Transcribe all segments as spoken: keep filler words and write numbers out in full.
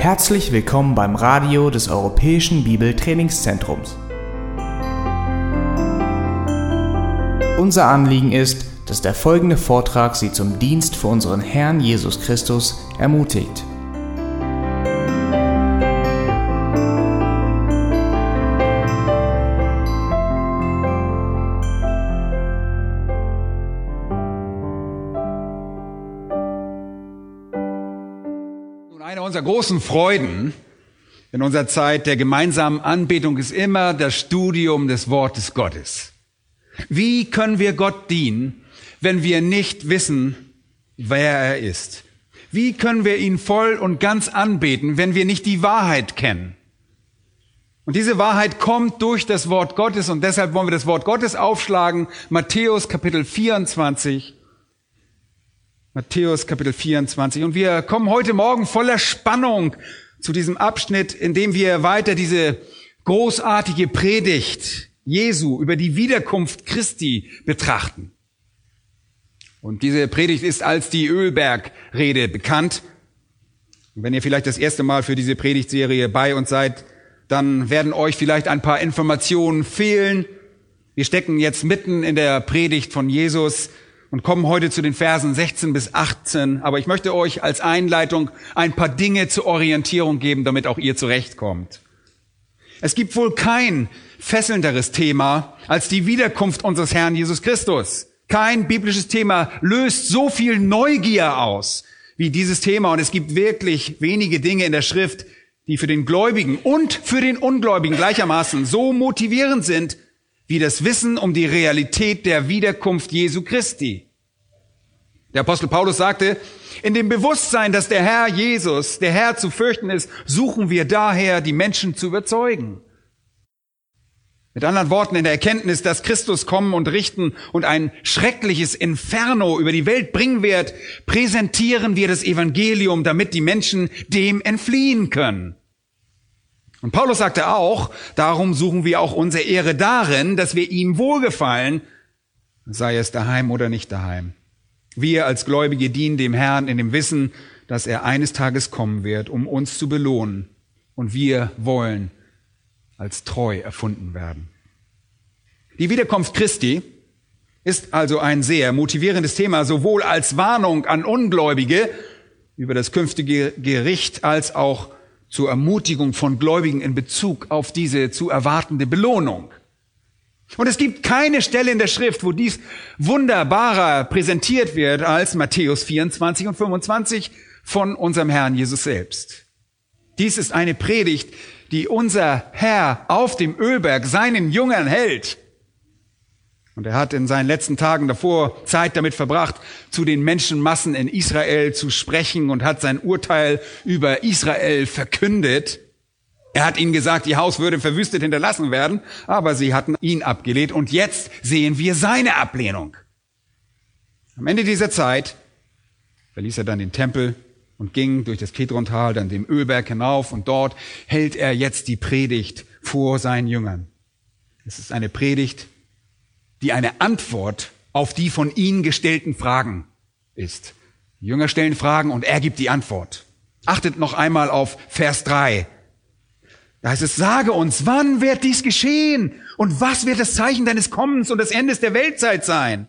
Herzlich willkommen beim Radio des Europäischen Bibeltrainingszentrums. Unser Anliegen ist, dass der folgende Vortrag Sie zum Dienst für unseren Herrn Jesus Christus ermutigt. Eine unserer großen Freuden in unserer Zeit der gemeinsamen Anbetung ist immer das Studium des Wortes Gottes. Wie können wir Gott dienen, wenn wir nicht wissen, wer er ist? Wie können wir ihn voll und ganz anbeten, wenn wir nicht die Wahrheit kennen? Und diese Wahrheit kommt durch das Wort Gottes und deshalb wollen wir das Wort Gottes aufschlagen. Matthäus Kapitel vierundzwanzig. Matthäus Kapitel vierundzwanzig. Und wir kommen heute Morgen voller Spannung zu diesem Abschnitt, in dem wir weiter diese großartige Predigt Jesu über die Wiederkunft Christi betrachten. Und diese Predigt ist als die Ölbergrede bekannt. Und wenn ihr vielleicht das erste Mal für diese Predigtserie bei uns seid, dann werden euch vielleicht ein paar Informationen fehlen. Wir stecken jetzt mitten in der Predigt von Jesus und kommen heute zu den Versen sechzehn bis achtzehn. Aber ich möchte euch als Einleitung ein paar Dinge zur Orientierung geben, damit auch ihr zurechtkommt. Es gibt wohl kein fesselnderes Thema als die Wiederkunft unseres Herrn Jesus Christus. Kein biblisches Thema löst so viel Neugier aus wie dieses Thema. Und es gibt wirklich wenige Dinge in der Schrift, die für den Gläubigen und für den Ungläubigen gleichermaßen so motivierend sind, wie das Wissen um die Realität der Wiederkunft Jesu Christi. Der Apostel Paulus sagte, in dem Bewusstsein, dass der Herr Jesus, der Herr zu fürchten ist, suchen wir daher, die Menschen zu überzeugen. Mit anderen Worten, in der Erkenntnis, dass Christus kommen und richten und ein schreckliches Inferno über die Welt bringen wird, präsentieren wir das Evangelium, damit die Menschen dem entfliehen können. Und Paulus sagte auch, darum suchen wir auch unsere Ehre darin, dass wir ihm wohlgefallen, sei es daheim oder nicht daheim. Wir als Gläubige dienen dem Herrn in dem Wissen, dass er eines Tages kommen wird, um uns zu belohnen. Und wir wollen als treu erfunden werden. Die Wiederkunft Christi ist also ein sehr motivierendes Thema, sowohl als Warnung an Ungläubige über das künftige Gericht, als auch zur Ermutigung von Gläubigen in Bezug auf diese zu erwartende Belohnung. Und es gibt keine Stelle in der Schrift, wo dies wunderbarer präsentiert wird als Matthäus vierundzwanzig und fünfundzwanzig von unserem Herrn Jesus selbst. Dies ist eine Predigt, die unser Herr auf dem Ölberg seinen Jüngern hält. Und er hat in seinen letzten Tagen davor Zeit damit verbracht, zu den Menschenmassen in Israel zu sprechen und hat sein Urteil über Israel verkündet. Er hat ihnen gesagt, ihr Haus würde verwüstet hinterlassen werden, aber sie hatten ihn abgelehnt und jetzt sehen wir seine Ablehnung. Am Ende dieser Zeit verließ er dann den Tempel und ging durch das Kidrontal, dann den Ölberg hinauf und dort hält er jetzt die Predigt vor seinen Jüngern. Es ist eine Predigt, die eine Antwort auf die von ihnen gestellten Fragen ist. Die Jünger stellen Fragen und er gibt die Antwort. Achtet noch einmal auf Vers drei. Da heißt es, sage uns, wann wird dies geschehen? Und was wird das Zeichen deines Kommens und des Endes der Weltzeit sein?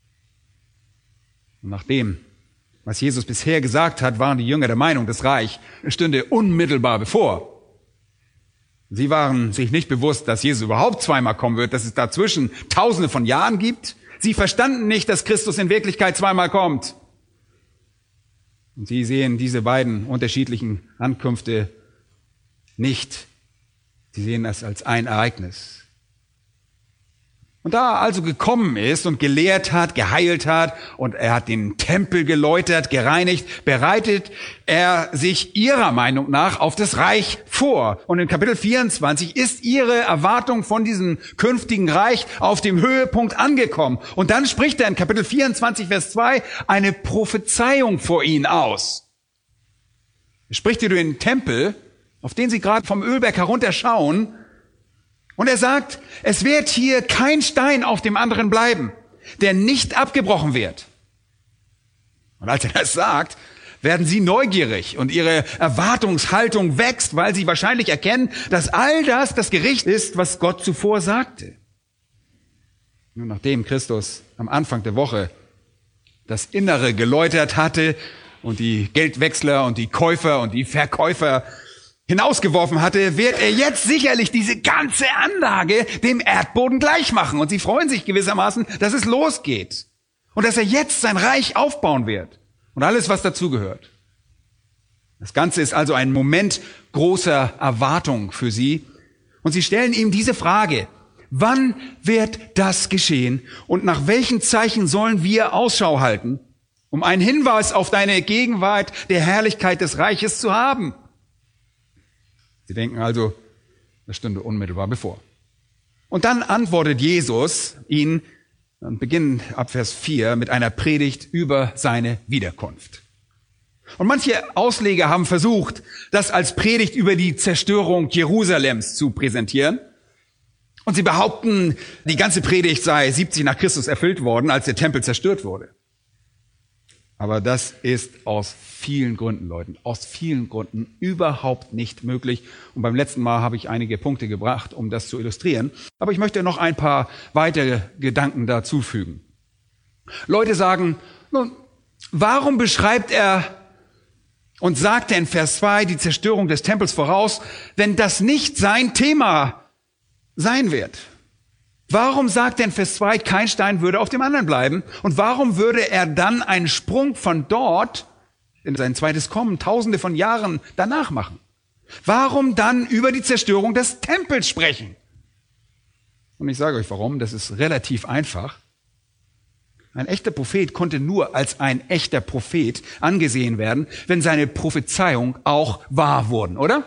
Und nach dem, was Jesus bisher gesagt hat, waren die Jünger der Meinung, das Reich stünde unmittelbar bevor. Sie waren sich nicht bewusst, dass Jesus überhaupt zweimal kommen wird, dass es dazwischen Tausende von Jahren gibt. Sie verstanden nicht, dass Christus in Wirklichkeit zweimal kommt. Und sie sehen diese beiden unterschiedlichen Ankünfte nicht. Sie sehen das als ein Ereignis. Und da er also gekommen ist und gelehrt hat, geheilt hat und er hat den Tempel geläutert, gereinigt, bereitet er sich ihrer Meinung nach auf das Reich vor. Und in Kapitel vierundzwanzig ist ihre Erwartung von diesem künftigen Reich auf dem Höhepunkt angekommen. Und dann spricht er in Kapitel vierundzwanzig, Vers zwei, eine Prophezeiung vor ihnen aus. Er spricht über den Tempel, auf den sie gerade vom Ölberg herunterschauen. Und er sagt, es wird hier kein Stein auf dem anderen bleiben, der nicht abgebrochen wird. Und als er das sagt, werden sie neugierig und ihre Erwartungshaltung wächst, weil sie wahrscheinlich erkennen, dass all das das Gericht ist, was Gott zuvor sagte. Nun, nachdem Christus am Anfang der Woche das Innere geläutert hatte und die Geldwechsler und die Käufer und die Verkäufer hinausgeworfen hatte, wird er jetzt sicherlich diese ganze Anlage dem Erdboden gleich machen. Und sie freuen sich gewissermaßen, dass es losgeht und dass er jetzt sein Reich aufbauen wird und alles, was dazugehört. Das Ganze ist also ein Moment großer Erwartung für sie. Und sie stellen ihm diese Frage: Wann wird das geschehen und nach welchen Zeichen sollen wir Ausschau halten, um einen Hinweis auf deine Gegenwart der Herrlichkeit des Reiches zu haben? Sie denken also, das stünde unmittelbar bevor. Und dann antwortet Jesus ihnen, und beginnen ab Vers vier, mit einer Predigt über seine Wiederkunft. Und manche Ausleger haben versucht, das als Predigt über die Zerstörung Jerusalems zu präsentieren. Und sie behaupten, die ganze Predigt sei siebzig nach Christus erfüllt worden, als der Tempel zerstört wurde. Aber das ist aus vielen Gründen, Leuten, aus vielen Gründen überhaupt nicht möglich. Und beim letzten Mal habe ich einige Punkte gebracht, um das zu illustrieren. Aber ich möchte noch ein paar weitere Gedanken dazu fügen. Leute sagen, nun, warum beschreibt er und sagt er in Vers zwei die Zerstörung des Tempels voraus, wenn das nicht sein Thema sein wird? Warum sagt er in Vers zwei, kein Stein würde auf dem anderen bleiben? Und warum würde er dann einen Sprung von dort in sein zweites Kommen, tausende von Jahren danach machen? Warum dann über die Zerstörung des Tempels sprechen? Und ich sage euch warum, das ist relativ einfach. Ein echter Prophet konnte nur als ein echter Prophet angesehen werden, wenn seine Prophezeiung auch wahr wurden, oder?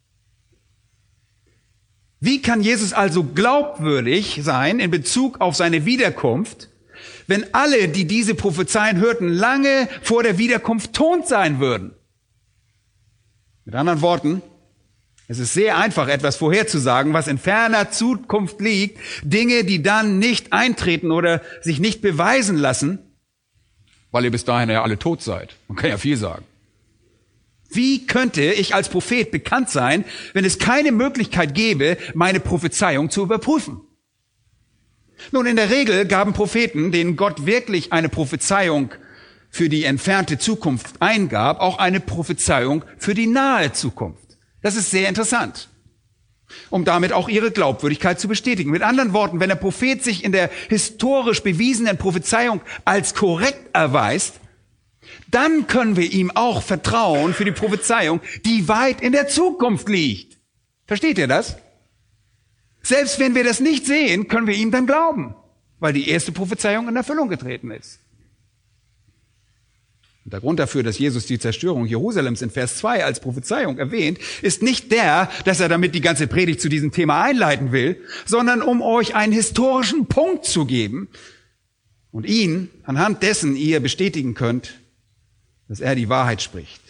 Wie kann Jesus also glaubwürdig sein in Bezug auf seine Wiederkunft, wenn alle, die diese Prophezeien hörten, lange vor der Wiederkunft tot sein würden? Mit anderen Worten, es ist sehr einfach, etwas vorherzusagen, was in ferner Zukunft liegt, Dinge, die dann nicht eintreten oder sich nicht beweisen lassen, weil ihr bis dahin ja alle tot seid. Man kann ja viel sagen. Wie könnte ich als Prophet bekannt sein, wenn es keine Möglichkeit gäbe, meine Prophezeiung zu überprüfen? Nun, in der Regel gaben Propheten, denen Gott wirklich eine Prophezeiung für die entfernte Zukunft eingab, auch eine Prophezeiung für die nahe Zukunft. Das ist sehr interessant, um damit auch ihre Glaubwürdigkeit zu bestätigen. Mit anderen Worten, wenn der Prophet sich in der historisch bewiesenen Prophezeiung als korrekt erweist, dann können wir ihm auch vertrauen für die Prophezeiung, die weit in der Zukunft liegt. Versteht ihr das? Selbst wenn wir das nicht sehen, können wir ihm dann glauben, weil die erste Prophezeiung in Erfüllung getreten ist. Und der Grund dafür, dass Jesus die Zerstörung Jerusalems in Vers zwei als Prophezeiung erwähnt, ist nicht der, dass er damit die ganze Predigt zu diesem Thema einleiten will, sondern um euch einen historischen Punkt zu geben und ihn anhand dessen ihr bestätigen könnt, dass er die Wahrheit spricht.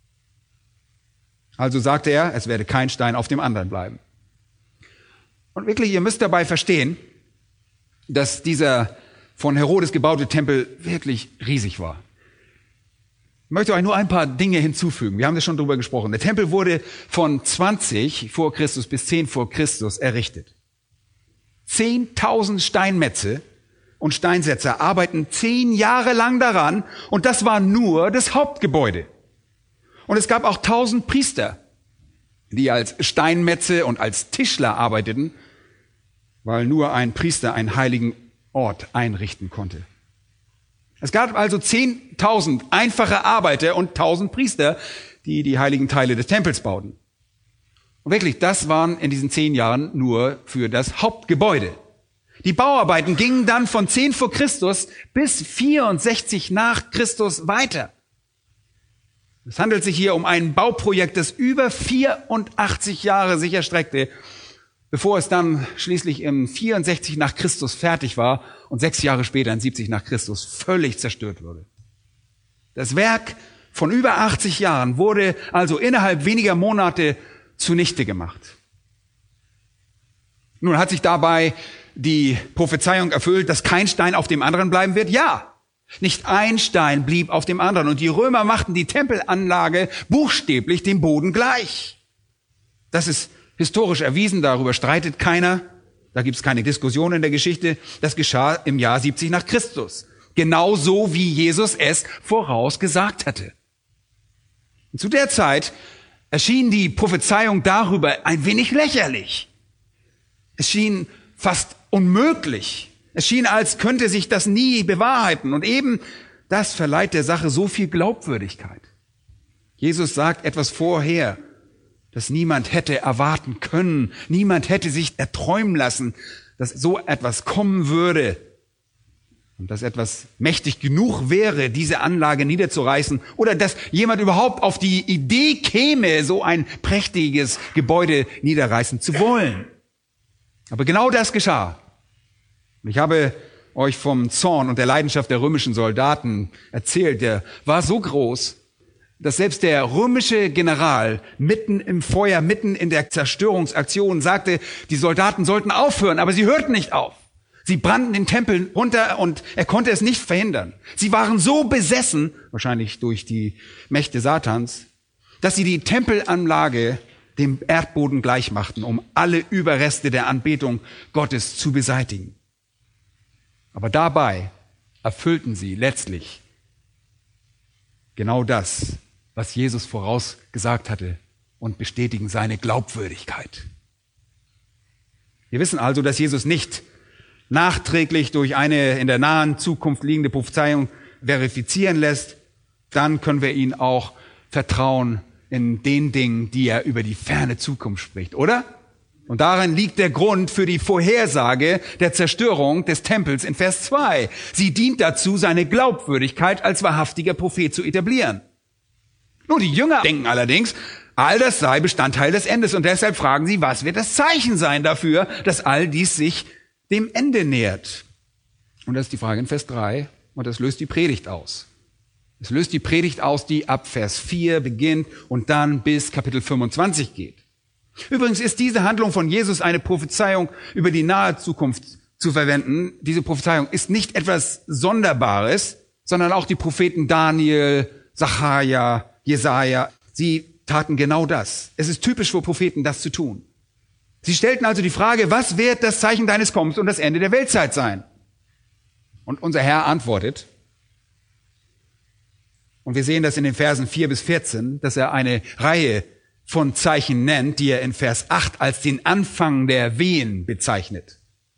Also sagte er, es werde kein Stein auf dem anderen bleiben. Und wirklich, ihr müsst dabei verstehen, dass dieser von Herodes gebaute Tempel wirklich riesig war. Ich möchte euch nur ein paar Dinge hinzufügen. Wir haben das schon drüber gesprochen. Der Tempel wurde von zwanzig vor Christus bis zehn vor Christus errichtet. Zehntausend Steinmetze und Steinsetzer arbeiten zehn Jahre lang daran und das war nur das Hauptgebäude. Und es gab auch tausend Priester, die als Steinmetze und als Tischler arbeiteten, weil nur ein Priester einen heiligen Ort einrichten konnte. Es gab also zehntausend einfache Arbeiter und tausend Priester, die die heiligen Teile des Tempels bauten. Und wirklich, das waren in diesen zehn Jahren nur für das Hauptgebäude. Die Bauarbeiten gingen dann von zehn vor Christus bis vierundsechzig nach Christus weiter. Es handelt sich hier um ein Bauprojekt, das über vierundachtzig Jahre sich erstreckte, bevor es dann schließlich im vierundsechzig nach Christus fertig war und sechs Jahre später in siebzig nach Christus völlig zerstört wurde. Das Werk von über achtzig Jahren wurde also innerhalb weniger Monate zunichte gemacht. Nun, hat sich dabei die Prophezeiung erfüllt, dass kein Stein auf dem anderen bleiben wird? Ja. Nicht ein Stein blieb auf dem anderen. Und die Römer machten die Tempelanlage buchstäblich dem Boden gleich. Das ist historisch erwiesen, darüber streitet keiner. Da gibt es keine Diskussion in der Geschichte. Das geschah im Jahr siebzig nach Christus. Genauso wie Jesus es vorausgesagt hatte. Und zu der Zeit erschien die Prophezeiung darüber ein wenig lächerlich. Es schien fast unmöglich. Es schien, als könnte sich das nie bewahrheiten. Und eben das verleiht der Sache so viel Glaubwürdigkeit. Jesus sagt etwas vorher, das niemand hätte erwarten können. Niemand hätte sich erträumen lassen, dass so etwas kommen würde. Und dass etwas mächtig genug wäre, diese Anlage niederzureißen. Oder dass jemand überhaupt auf die Idee käme, so ein prächtiges Gebäude niederreißen zu wollen. Aber genau das geschah. Und ich habe euch vom Zorn und der Leidenschaft der römischen Soldaten erzählt. Der war so groß, dass selbst der römische General mitten im Feuer, mitten in der Zerstörungsaktion sagte, die Soldaten sollten aufhören, aber sie hörten nicht auf. Sie brannten den Tempel runter und er konnte es nicht verhindern. Sie waren so besessen, wahrscheinlich durch die Mächte Satans, dass sie die Tempelanlage dem Erdboden gleich machten, um alle Überreste der Anbetung Gottes zu beseitigen. Aber dabei erfüllten sie letztlich genau das, was Jesus vorausgesagt hatte, und bestätigen seine Glaubwürdigkeit. Wir wissen also, dass Jesus nicht nachträglich durch eine in der nahen Zukunft liegende Prophezeiung verifizieren lässt. Dann können wir ihn auch vertrauen in den Dingen, die er über die ferne Zukunft spricht, oder? Und darin liegt der Grund für die Vorhersage der Zerstörung des Tempels in Vers zwei. Sie dient dazu, seine Glaubwürdigkeit als wahrhaftiger Prophet zu etablieren. Nur die Jünger denken allerdings, all das sei Bestandteil des Endes. Und deshalb fragen sie, was wird das Zeichen sein dafür, dass all dies sich dem Ende nähert? Und das ist die Frage in Vers drei. Und das löst die Predigt aus. Es löst die Predigt aus, die ab Vers vier beginnt und dann bis Kapitel fünfundzwanzig geht. Übrigens ist diese Handlung von Jesus eine Prophezeiung über die nahe Zukunft zu verwenden. Diese Prophezeiung ist nicht etwas Sonderbares, sondern auch die Propheten Daniel, Sacharja, Jesaja, sie taten genau das. Es ist typisch für Propheten, das zu tun. Sie stellten also die Frage, was wird das Zeichen deines Kommens und das Ende der Weltzeit sein? Und unser Herr antwortet, und wir sehen das in den Versen vier bis vierzehn, dass er eine Reihe von Zeichen nennt, die er in Vers acht als den Anfang der Wehen bezeichnet.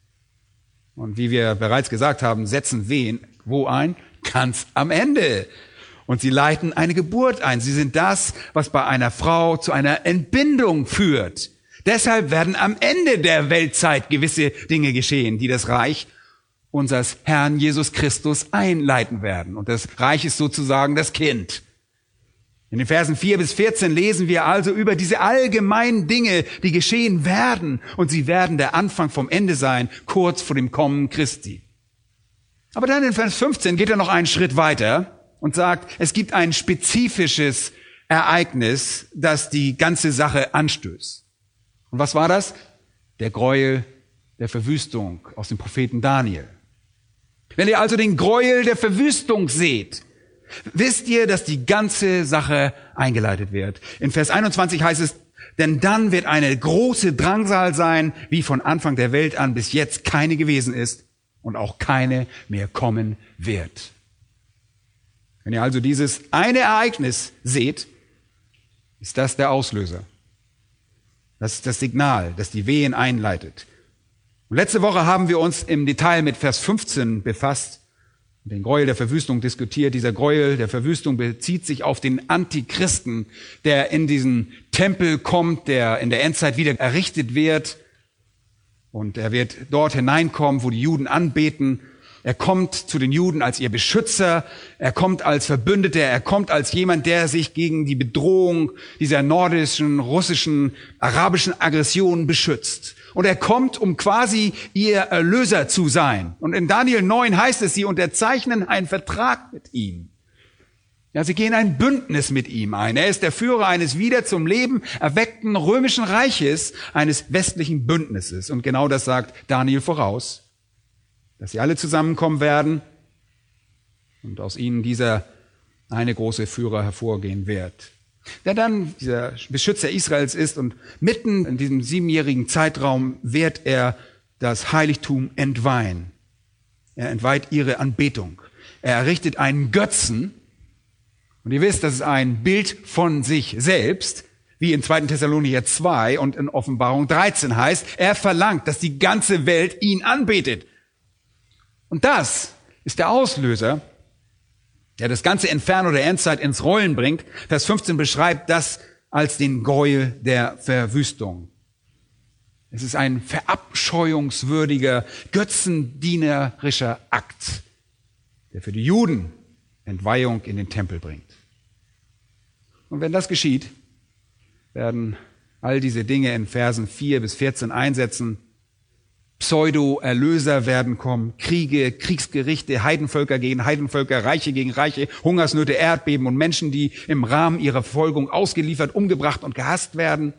Und wie wir bereits gesagt haben, setzen Wehen wo ein? Ganz am Ende. Und sie leiten eine Geburt ein. Sie sind das, was bei einer Frau zu einer Entbindung führt. Deshalb werden am Ende der Weltzeit gewisse Dinge geschehen, die das Reich unseres Herrn Jesus Christus einleiten werden. Und das Reich ist sozusagen das Kind. In den Versen vier bis vierzehn lesen wir also über diese allgemeinen Dinge, die geschehen werden. Und sie werden der Anfang vom Ende sein, kurz vor dem Kommen Christi. Aber dann in Vers fünfzehn geht er noch einen Schritt weiter und sagt, es gibt ein spezifisches Ereignis, das die ganze Sache anstößt. Und was war das? Der Gräuel der Verwüstung aus dem Propheten Daniel. Wenn ihr also den Gräuel der Verwüstung seht, wisst ihr, dass die ganze Sache eingeleitet wird. In Vers einundzwanzig heißt es, denn dann wird eine große Drangsal sein, wie von Anfang der Welt an bis jetzt keine gewesen ist und auch keine mehr kommen wird. Wenn ihr also dieses eine Ereignis seht, ist das der Auslöser. Das ist das Signal, das die Wehen einleitet. Und letzte Woche haben wir uns im Detail mit Vers fünfzehn befasst, den Gräuel der Verwüstung diskutiert. Dieser Gräuel der Verwüstung bezieht sich auf den Antichristen, der in diesen Tempel kommt, der in der Endzeit wieder errichtet wird. Und er wird dort hineinkommen, wo die Juden anbeten. Er kommt zu den Juden als ihr Beschützer. Er kommt als Verbündeter. Er kommt als jemand, der sich gegen die Bedrohung dieser nordischen, russischen, arabischen Aggression beschützt. Und er kommt, um quasi ihr Erlöser zu sein. Und in Daniel neun heißt es, sie unterzeichnen einen Vertrag mit ihm. Ja, sie gehen ein Bündnis mit ihm ein. Er ist der Führer eines wieder zum Leben erweckten römischen Reiches, eines westlichen Bündnisses. Und genau das sagt Daniel voraus, dass sie alle zusammenkommen werden. und aus ihnen dieser eine große Führer hervorgehen wird, der dann dieser Beschützer Israels ist, und mitten in diesem siebenjährigen Zeitraum wird er das Heiligtum entweihen. Er entweiht ihre Anbetung. Er errichtet einen Götzen, und ihr wisst, das ist ein Bild von sich selbst, wie in zweiten Thessalonicher zwei und in Offenbarung dreizehn heißt, er verlangt, dass die ganze Welt ihn anbetet. Und das ist der Auslöser, der das ganze Inferno der Endzeit ins Rollen bringt. Vers fünfzehn beschreibt das als den Gräuel der Verwüstung. Es ist ein verabscheuungswürdiger, götzendienerischer Akt, der für die Juden Entweihung in den Tempel bringt. Und wenn das geschieht, werden all diese Dinge in Versen vier bis vierzehn einsetzen. Pseudo-Erlöser werden kommen, Kriege, Kriegsgerichte, Heidenvölker gegen Heidenvölker, Reiche gegen Reiche, Hungersnöte, Erdbeben und Menschen, die im Rahmen ihrer Verfolgung ausgeliefert, umgebracht und gehasst werden.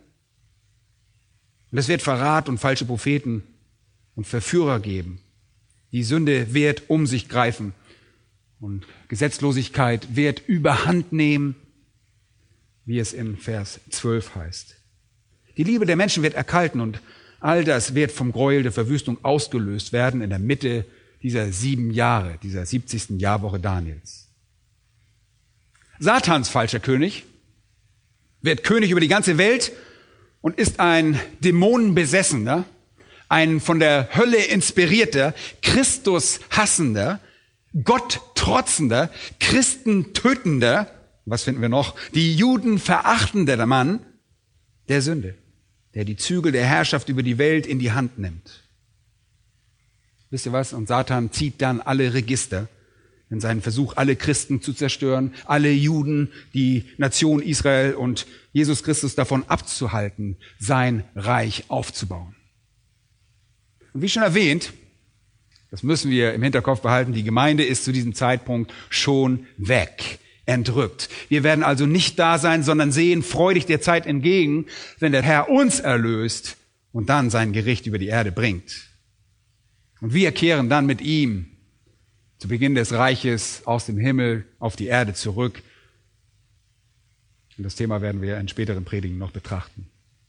Und es wird Verrat und falsche Propheten und Verführer geben. Die Sünde wird um sich greifen und Gesetzlosigkeit wird überhand nehmen, wie es in Vers zwölf heißt. Die Liebe der Menschen wird erkalten und all das wird vom Gräuel der Verwüstung ausgelöst werden in der Mitte dieser sieben Jahre, dieser siebzigsten Jahrwoche Daniels. Satans falscher König wird König über die ganze Welt und ist ein dämonenbesessener, ein von der Hölle inspirierter, Christus hassender, Gott trotzender, Christen tötender, was finden wir noch? Die Juden verachtender Mann der Sünde, der die Zügel der Herrschaft über die Welt in die Hand nimmt. Wisst ihr was? Und Satan zieht dann alle Register in seinen Versuch, alle Christen zu zerstören, alle Juden, die Nation Israel und Jesus Christus davon abzuhalten, sein Reich aufzubauen. Und wie schon erwähnt, das müssen wir im Hinterkopf behalten, die Gemeinde ist zu diesem Zeitpunkt schon weg. Entrückt. Wir werden also nicht da sein, sondern sehen freudig der Zeit entgegen, wenn der Herr uns erlöst und dann sein Gericht über die Erde bringt. Und wir kehren dann mit ihm zu Beginn des Reiches aus dem Himmel auf die Erde zurück. Und das Thema werden wir in späteren Predigen noch betrachten.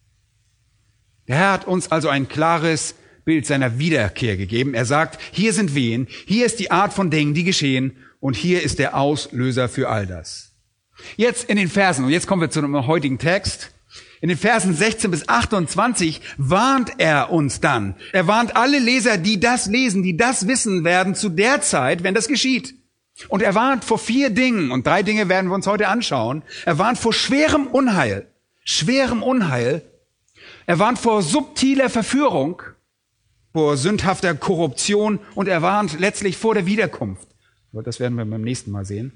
Der Herr hat uns also ein klares Bild seiner Wiederkehr gegeben. Er sagt, hier sind Wehen, hier ist die Art von Dingen, die geschehen, und hier ist der Auslöser für all das. Jetzt in den Versen, und jetzt kommen wir zu einem heutigen Text. In den Versen sechzehn bis achtundzwanzig warnt er uns dann. Er warnt alle Leser, die das lesen, die das wissen werden zu der Zeit, wenn das geschieht. Und er warnt vor vier Dingen, und drei Dinge werden wir uns heute anschauen. Er warnt vor schwerem Unheil, schwerem Unheil. Er warnt vor subtiler Verführung, vor sündhafter Korruption, und er warnt letztlich vor der Wiederkunft. Das werden wir beim nächsten Mal sehen.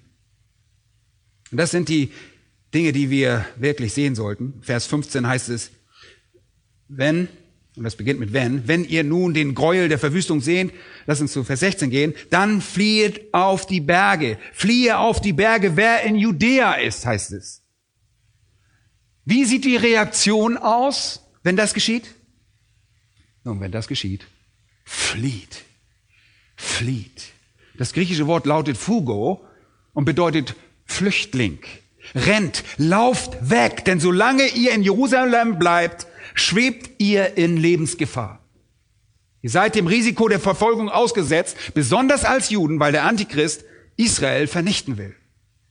Und das sind die Dinge, die wir wirklich sehen sollten. Vers fünfzehn heißt es, wenn, und das beginnt mit wenn, wenn ihr nun den Gräuel der Verwüstung seht, lass uns zu Vers sechzehn gehen, dann flieht auf die Berge. Fliehe auf die Berge, wer in Judäa ist, heißt es. Wie sieht die Reaktion aus, wenn das geschieht? Nun, wenn das geschieht, flieht. Flieht. Das griechische Wort lautet Fugo und bedeutet Flüchtling. Rennt, lauft weg, denn solange ihr in Jerusalem bleibt, schwebt ihr in Lebensgefahr. Ihr seid dem Risiko der Verfolgung ausgesetzt, besonders als Juden, weil der Antichrist Israel vernichten will.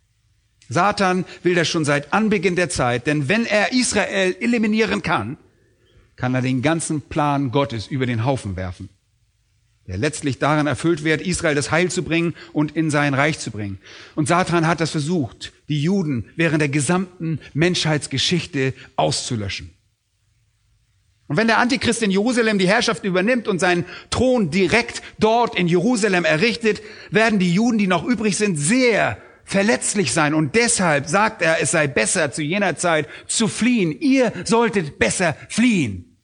Satan will das schon seit Anbeginn der Zeit, denn wenn er Israel eliminieren kann, kann er den ganzen Plan Gottes über den Haufen werfen, der letztlich darin erfüllt wird, Israel das Heil zu bringen und in sein Reich zu bringen. Und Satan hat das versucht, die Juden während der gesamten Menschheitsgeschichte auszulöschen. Und wenn der Antichrist in Jerusalem die Herrschaft übernimmt und seinen Thron direkt dort in Jerusalem errichtet, werden die Juden, die noch übrig sind, sehr verletzlich sein. Und deshalb sagt er, es sei besser zu jener Zeit zu fliehen. Ihr solltet besser fliehen.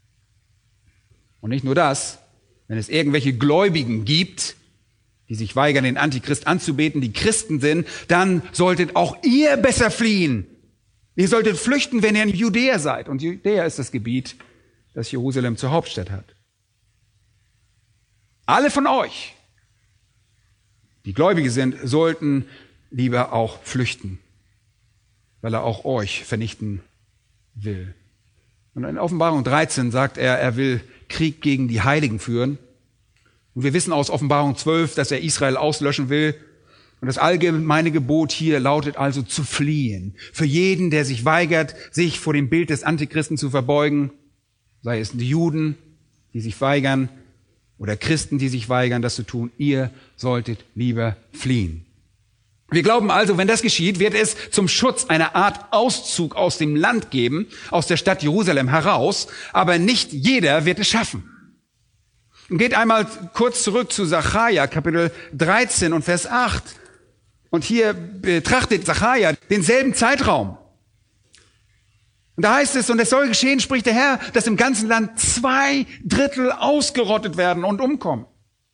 Und nicht nur das. Wenn es irgendwelche Gläubigen gibt, die sich weigern, den Antichrist anzubeten, die Christen sind, dann solltet auch ihr besser fliehen. Ihr solltet flüchten, wenn ihr in Judäa seid. Und Judäa ist das Gebiet, das Jerusalem zur Hauptstadt hat. Alle von euch, die Gläubige sind, sollten lieber auch flüchten, weil er auch euch vernichten will. Und in Offenbarung dreizehn sagt er, er will Krieg gegen die Heiligen führen. Und wir wissen aus Offenbarung zwölf, dass er Israel auslöschen will. Und das allgemeine Gebot hier lautet also zu fliehen. Für jeden, der sich weigert, sich vor dem Bild des Antichristen zu verbeugen, sei es die Juden, die sich weigern, oder Christen, die sich weigern, das zu tun, ihr solltet lieber fliehen. Wir glauben also, wenn das geschieht, wird es zum Schutz eine Art Auszug aus dem Land geben, aus der Stadt Jerusalem heraus, aber nicht jeder wird es schaffen. Und geht einmal kurz zurück zu Sacharja, Kapitel dreizehn und Vers acht. Und hier betrachtet Sacharja denselben Zeitraum. Und da heißt es, und es soll geschehen, spricht der Herr, dass im ganzen Land zwei Drittel ausgerottet werden und umkommen.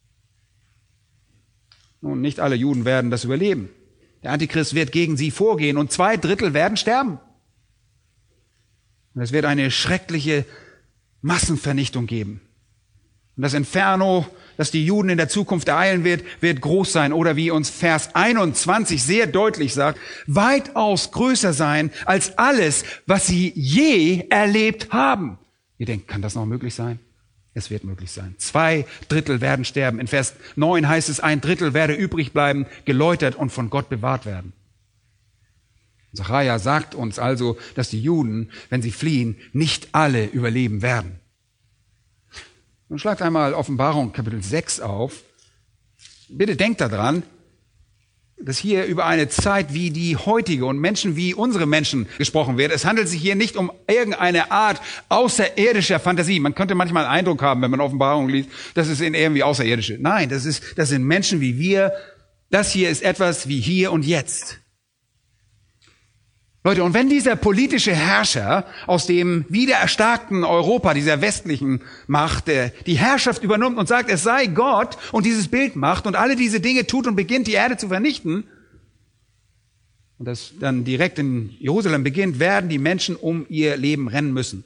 Nun, nicht alle Juden werden das überleben. Der Antichrist wird gegen sie vorgehen und zwei Drittel werden sterben. Und es wird eine schreckliche Massenvernichtung geben. Und das Inferno, das die Juden in der Zukunft ereilen wird, wird groß sein. Oder wie uns Vers einundzwanzig sehr deutlich sagt, weitaus größer sein als alles, was sie je erlebt haben. Ihr denkt, kann das noch möglich sein? Es wird möglich sein. Zwei Drittel werden sterben. In Vers neun heißt es, ein Drittel werde übrig bleiben, geläutert und von Gott bewahrt werden. Sacharja sagt uns also, dass die Juden, wenn sie fliehen, nicht alle überleben werden. Nun schlagt einmal Offenbarung Kapitel sechs auf. Bitte denkt daran, dass hier über eine Zeit wie die heutige und Menschen wie unsere Menschen gesprochen wird. Es handelt sich hier nicht um irgendeine Art außerirdischer Fantasie. Man könnte manchmal einen Eindruck haben, wenn man Offenbarung liest, das ist in irgendwie außerirdische. Nein, das ist, das sind Menschen wie wir. Das hier ist etwas wie hier und jetzt. Leute, und wenn dieser politische Herrscher aus dem wiedererstarkten Europa, dieser westlichen Macht, die Herrschaft übernimmt und sagt, es sei Gott und dieses Bild macht und alle diese Dinge tut und beginnt, die Erde zu vernichten, und das dann direkt in Jerusalem beginnt, werden die Menschen um ihr Leben rennen müssen.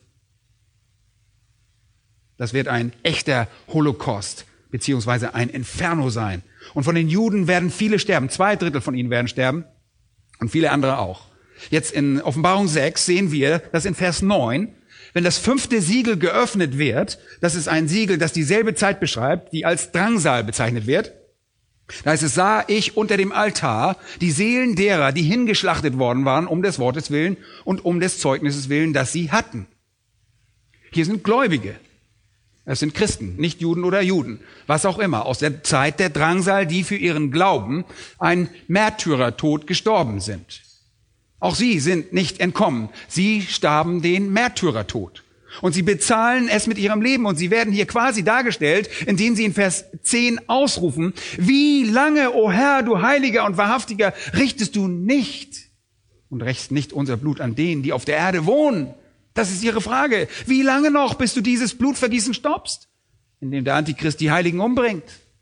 Das wird ein echter Holocaust, beziehungsweise ein Inferno sein. Und von den Juden werden viele sterben, zwei Drittel von ihnen werden sterben und viele andere auch. Jetzt in Offenbarung sechs sehen wir, dass in Vers neun, wenn das fünfte Siegel geöffnet wird, das ist ein Siegel, das dieselbe Zeit beschreibt, die als Drangsal bezeichnet wird, da heißt es, sah ich unter dem Altar die Seelen derer, die hingeschlachtet worden waren, um des Wortes willen und um des Zeugnisses willen, das sie hatten. Hier sind Gläubige. Es sind Christen, nicht Juden oder Juden, was auch immer, aus der Zeit der Drangsal, die für ihren Glauben ein Märtyrertod gestorben sind. Auch sie sind nicht entkommen. Sie starben den Märtyrertod. Und sie bezahlen es mit ihrem Leben. Und sie werden hier quasi dargestellt, indem sie in Vers zehn ausrufen, wie lange, o Herr, du Heiliger und Wahrhaftiger, richtest du nicht und rächst nicht unser Blut an denen, die auf der Erde wohnen? Das ist ihre Frage. Wie lange noch, bis du dieses Blutvergießen stoppst, indem der Antichrist die Heiligen umbringt?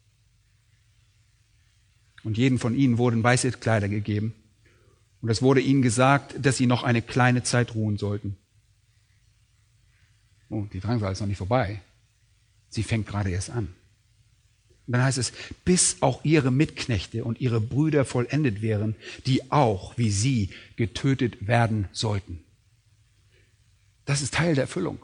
Und jedem von ihnen wurden weiße Kleider gegeben. Und es wurde ihnen gesagt, dass sie noch eine kleine Zeit ruhen sollten. Oh, die Drangsal ist noch nicht vorbei. Sie fängt gerade erst an. Und dann heißt es, bis auch ihre Mitknechte und ihre Brüder vollendet wären, die auch wie sie getötet werden sollten. Das ist Teil der Erfüllung.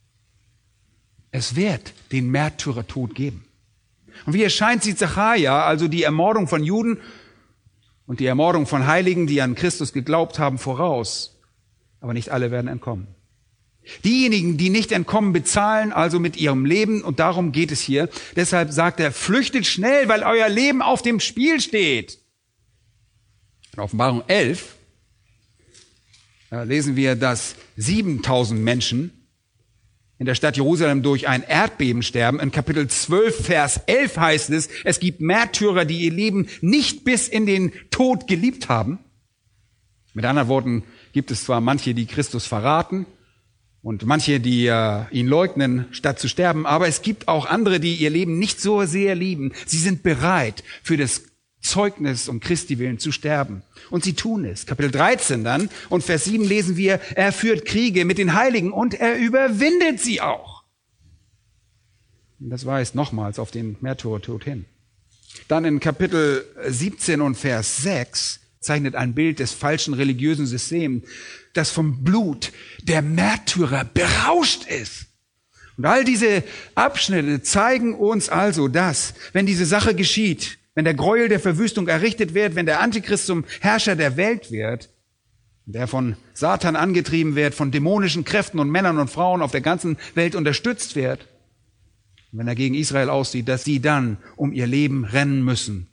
Es wird den Märtyrertod geben. Und wie es scheint, sieht Sacharja also die Ermordung von Juden und die Ermordung von Heiligen, die an Christus geglaubt haben, voraus. Aber nicht alle werden entkommen. Diejenigen, die nicht entkommen, bezahlen also mit ihrem Leben, und darum geht es hier. Deshalb sagt er, flüchtet schnell, weil euer Leben auf dem Spiel steht. In Offenbarung elf da lesen wir, dass siebentausend Menschen in der Stadt Jerusalem durch ein Erdbeben sterben. In Kapitel zwölf, Vers elf heißt es, es gibt Märtyrer, die ihr Leben nicht bis in den Tod geliebt haben. Mit anderen Worten gibt es zwar manche, die Christus verraten und manche, die äh, ihn leugnen, statt zu sterben, aber es gibt auch andere, die ihr Leben nicht so sehr lieben. Sie sind bereit, für das Zeugnis um Christi willen zu sterben. Und sie tun es. Kapitel dreizehn dann und Vers sieben lesen wir, er führt Kriege mit den Heiligen und er überwindet sie auch. Und das weist nochmals auf den Märtyrertod hin. Dann in Kapitel siebzehn und Vers sechs zeichnet ein Bild des falschen religiösen Systems, das vom Blut der Märtyrer berauscht ist. Und all diese Abschnitte zeigen uns also, dass, wenn diese Sache geschieht, wenn der Gräuel der Verwüstung errichtet wird, wenn der Antichrist zum Herrscher der Welt wird, der von Satan angetrieben wird, von dämonischen Kräften und Männern und Frauen auf der ganzen Welt unterstützt wird, wenn er gegen Israel aussieht, dass sie dann um ihr Leben rennen müssen.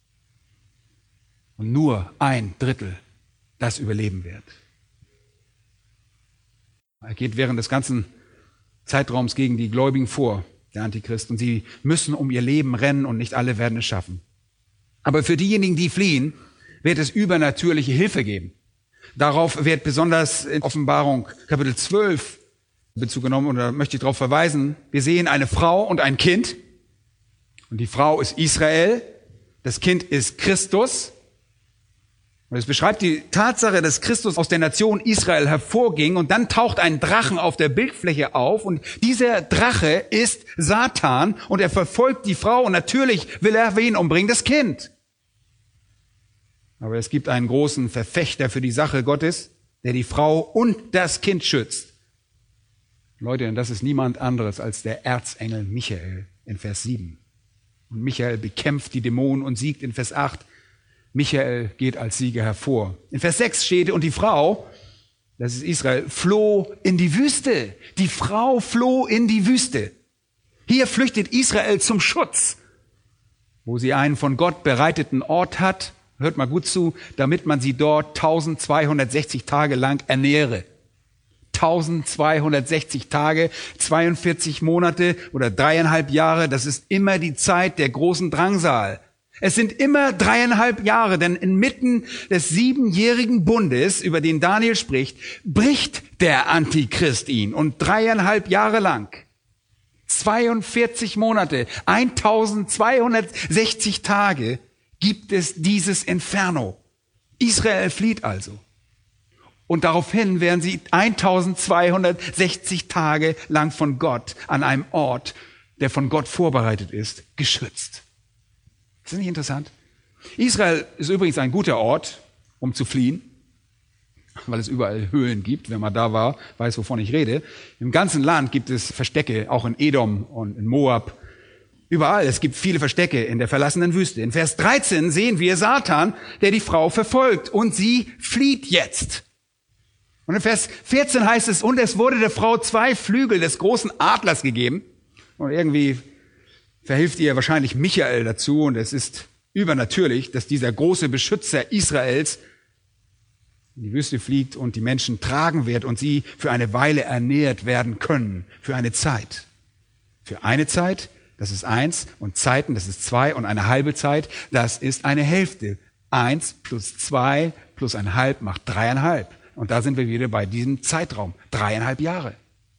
Und nur ein Drittel das überleben wird. Er geht während des ganzen Zeitraums gegen die Gläubigen vor, der Antichrist, und sie müssen um ihr Leben rennen und nicht alle werden es schaffen. Aber für diejenigen, die fliehen, wird es übernatürliche Hilfe geben. Darauf wird besonders in Offenbarung Kapitel zwölf Bezug genommen, und da möchte ich darauf verweisen. Wir sehen eine Frau und ein Kind. Und die Frau ist Israel, das Kind ist Christus. Und es beschreibt die Tatsache, dass Christus aus der Nation Israel hervorging, und dann taucht ein Drachen auf der Bildfläche auf, und dieser Drache ist Satan, und er verfolgt die Frau, und natürlich will er wen umbringen? Das Kind. Aber es gibt einen großen Verfechter für die Sache Gottes, der die Frau und das Kind schützt. Leute, und das ist niemand anderes als der Erzengel Michael in Vers sieben. Und Michael bekämpft die Dämonen und siegt in Vers acht. Michael geht als Sieger hervor. In Vers sechs steht, und die Frau, das ist Israel, floh in die Wüste. Die Frau floh in die Wüste. Hier flüchtet Israel zum Schutz, wo sie einen von Gott bereiteten Ort hat. Hört mal gut zu, damit man sie dort zwölfhundertsechzig Tage lang ernähre. zwölfhundertsechzig Tage, zweiundvierzig Monate oder dreieinhalb Jahre, das ist immer die Zeit der großen Drangsal. Es sind immer dreieinhalb Jahre, denn inmitten des siebenjährigen Bundes, über den Daniel spricht, bricht der Antichrist ihn, und dreieinhalb Jahre lang, zweiundvierzig Monate, zwölfhundertsechzig Tage gibt es dieses Inferno. Israel flieht also. Und daraufhin werden sie zwölfhundertsechzig Tage lang von Gott an einem Ort, der von Gott vorbereitet ist, geschützt. Ist das nicht interessant? Israel ist übrigens ein guter Ort, um zu fliehen, weil es überall Höhlen gibt. Wenn man da war, weiß, wovon ich rede. Im ganzen Land gibt es Verstecke, auch in Edom und in Moab. Überall, es gibt viele Verstecke in der verlassenen Wüste. In Vers dreizehn sehen wir Satan, der die Frau verfolgt, und sie flieht jetzt. Und in Vers vierzehn heißt es, und es wurde der Frau zwei Flügel des großen Adlers gegeben. Und irgendwie verhilft ihr wahrscheinlich Michael dazu, und es ist übernatürlich, dass dieser große Beschützer Israels in die Wüste fliegt und die Menschen tragen wird und sie für eine Weile ernährt werden können, für eine Zeit. Für eine Zeit, das ist eins, und Zeiten, das ist zwei, und eine halbe Zeit, das ist eine Hälfte. Eins plus zwei plus ein halb macht dreieinhalb. Und da sind wir wieder bei diesem Zeitraum. Dreieinhalb Jahre.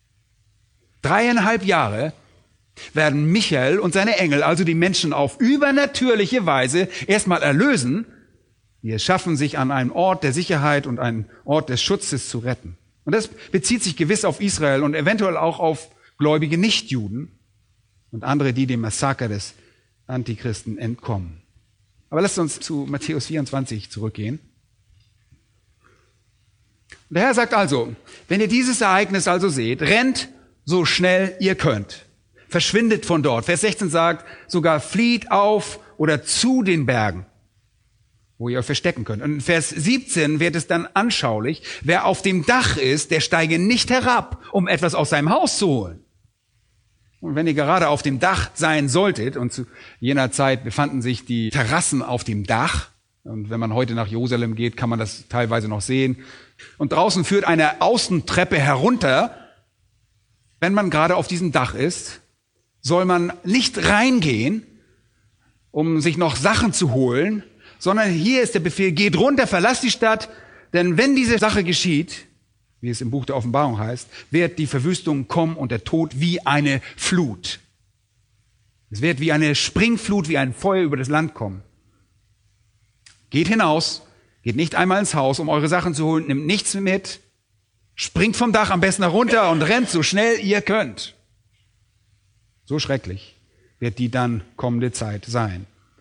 Dreieinhalb Jahre werden Michael und seine Engel, also die Menschen, auf übernatürliche Weise erstmal erlösen, die es schaffen, sich an einem Ort der Sicherheit und einen Ort des Schutzes zu retten. Und das bezieht sich gewiss auf Israel und eventuell auch auf gläubige Nichtjuden und andere, die dem Massaker des Antichristen entkommen. Aber lasst uns zu Matthäus vierundzwanzig zurückgehen. Und der Herr sagt also, wenn ihr dieses Ereignis also seht, rennt so schnell ihr könnt. Verschwindet von dort. Vers sechzehn sagt, sogar flieht auf oder zu den Bergen, wo ihr euch verstecken könnt. Und in Vers siebzehn wird es dann anschaulich, wer auf dem Dach ist, der steige nicht herab, um etwas aus seinem Haus zu holen. Und wenn ihr gerade auf dem Dach sein solltet, und zu jener Zeit befanden sich die Terrassen auf dem Dach, und wenn man heute nach Jerusalem geht, kann man das teilweise noch sehen, und draußen führt eine Außentreppe herunter, wenn man gerade auf diesem Dach ist, soll man nicht reingehen, um sich noch Sachen zu holen, sondern hier ist der Befehl, geht runter, verlasst die Stadt, denn wenn diese Sache geschieht, wie es im Buch der Offenbarung heißt, wird die Verwüstung kommen und der Tod wie eine Flut. Es wird wie eine Springflut, wie ein Feuer über das Land kommen. Geht hinaus, geht nicht einmal ins Haus, um eure Sachen zu holen, nimmt nichts mit, springt vom Dach am besten herunter und rennt so schnell ihr könnt. So schrecklich wird die dann kommende Zeit sein.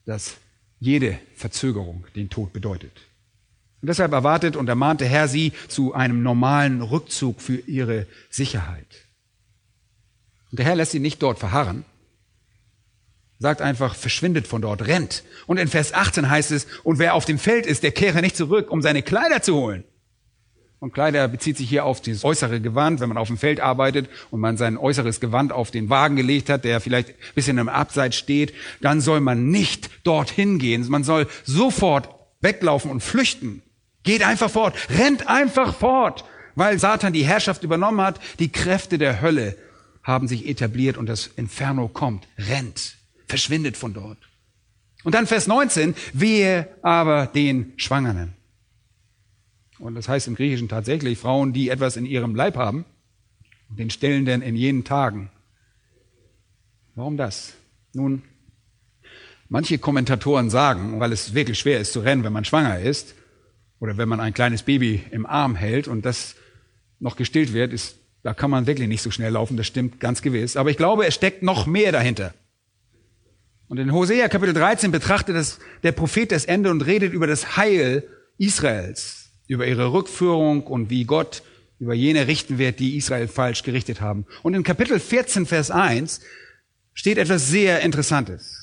dass jede Verzögerung den Tod bedeutet. Und deshalb erwartet und ermahnt der Herr sie zu einem normalen Rückzug für ihre Sicherheit. Und der Herr lässt sie nicht dort verharren, sagt einfach, verschwindet von dort, rennt. Und in Vers achtzehn heißt es, und wer auf dem Feld ist, der kehre nicht zurück, um seine Kleider zu holen. Und Kleider bezieht sich hier auf das äußere Gewand, wenn man auf dem Feld arbeitet und man sein äußeres Gewand auf den Wagen gelegt hat, der vielleicht ein bisschen im Abseits steht, dann soll man nicht dorthin gehen. Man soll sofort weglaufen und flüchten. Geht einfach fort, rennt einfach fort, weil Satan die Herrschaft übernommen hat. Die Kräfte der Hölle haben sich etabliert und das Inferno kommt. Rennt, verschwindet von dort. Und dann Vers neunzehn, wehe aber den Schwangeren. Und das heißt im Griechischen tatsächlich Frauen, die etwas in ihrem Leib haben, den Stillenden in jenen Tagen. Warum das? Nun, manche Kommentatoren sagen, weil es wirklich schwer ist zu rennen, wenn man schwanger ist, oder wenn man ein kleines Baby im Arm hält und das noch gestillt wird, ist, da kann man wirklich nicht so schnell laufen, das stimmt ganz gewiss. Aber ich glaube, es steckt noch mehr dahinter. Und in Hosea Kapitel dreizehn betrachtet das der Prophet das Ende und redet über das Heil Israels, über ihre Rückführung und wie Gott über jene richten wird, die Israel falsch gerichtet haben. Und in Kapitel vierzehn, Vers eins steht etwas sehr Interessantes.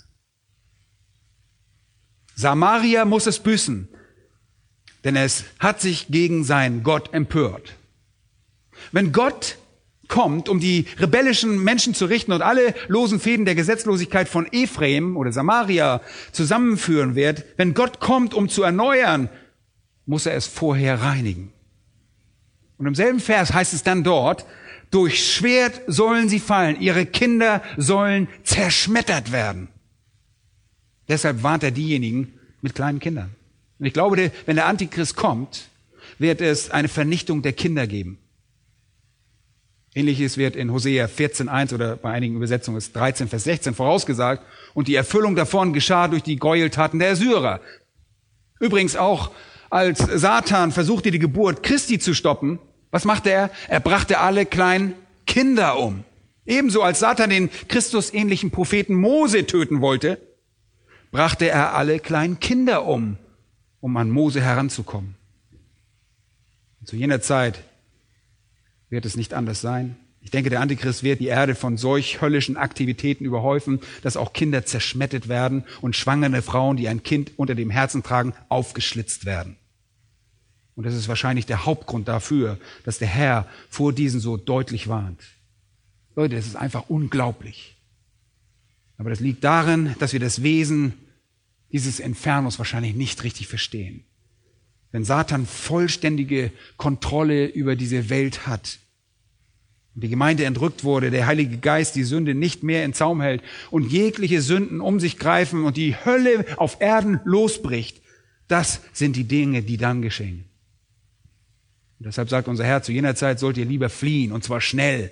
Samaria muss es büßen, denn es hat sich gegen seinen Gott empört. Wenn Gott kommt, um die rebellischen Menschen zu richten und alle losen Fäden der Gesetzlosigkeit von Ephraim oder Samaria zusammenführen wird, wenn Gott kommt, um zu erneuern, muss er es vorher reinigen. Und im selben Vers heißt es dann dort, durch Schwert sollen sie fallen, ihre Kinder sollen zerschmettert werden. Deshalb warnt er diejenigen mit kleinen Kindern. Und ich glaube, wenn der Antichrist kommt, wird es eine Vernichtung der Kinder geben. Ähnliches wird in Hosea vierzehn eins oder bei einigen Übersetzungen ist dreizehn, Vers sechzehn vorausgesagt. Und die Erfüllung davon geschah durch die Gräueltaten der Assyrer. Übrigens auch, als Satan versuchte, die Geburt Christi zu stoppen, was machte er? Er brachte alle kleinen Kinder um. Ebenso als Satan den Christusähnlichen Propheten Mose töten wollte, brachte er alle kleinen Kinder um, um an Mose heranzukommen. Und zu jener Zeit wird es nicht anders sein. Ich denke, der Antichrist wird die Erde von solch höllischen Aktivitäten überhäufen, dass auch Kinder zerschmettert werden und schwangere Frauen, die ein Kind unter dem Herzen tragen, aufgeschlitzt werden. Und das ist wahrscheinlich der Hauptgrund dafür, dass der Herr vor diesen so deutlich warnt. Leute, das ist einfach unglaublich. Aber das liegt darin, dass wir das Wesen dieses Infernos wahrscheinlich nicht richtig verstehen. Wenn Satan vollständige Kontrolle über diese Welt hat und die Gemeinde entrückt wurde, der Heilige Geist die Sünde nicht mehr in Zaum hält und jegliche Sünden um sich greifen und die Hölle auf Erden losbricht, das sind die Dinge, die dann geschehen. Und deshalb sagt unser Herr, zu jener Zeit sollt ihr lieber fliehen, und zwar schnell.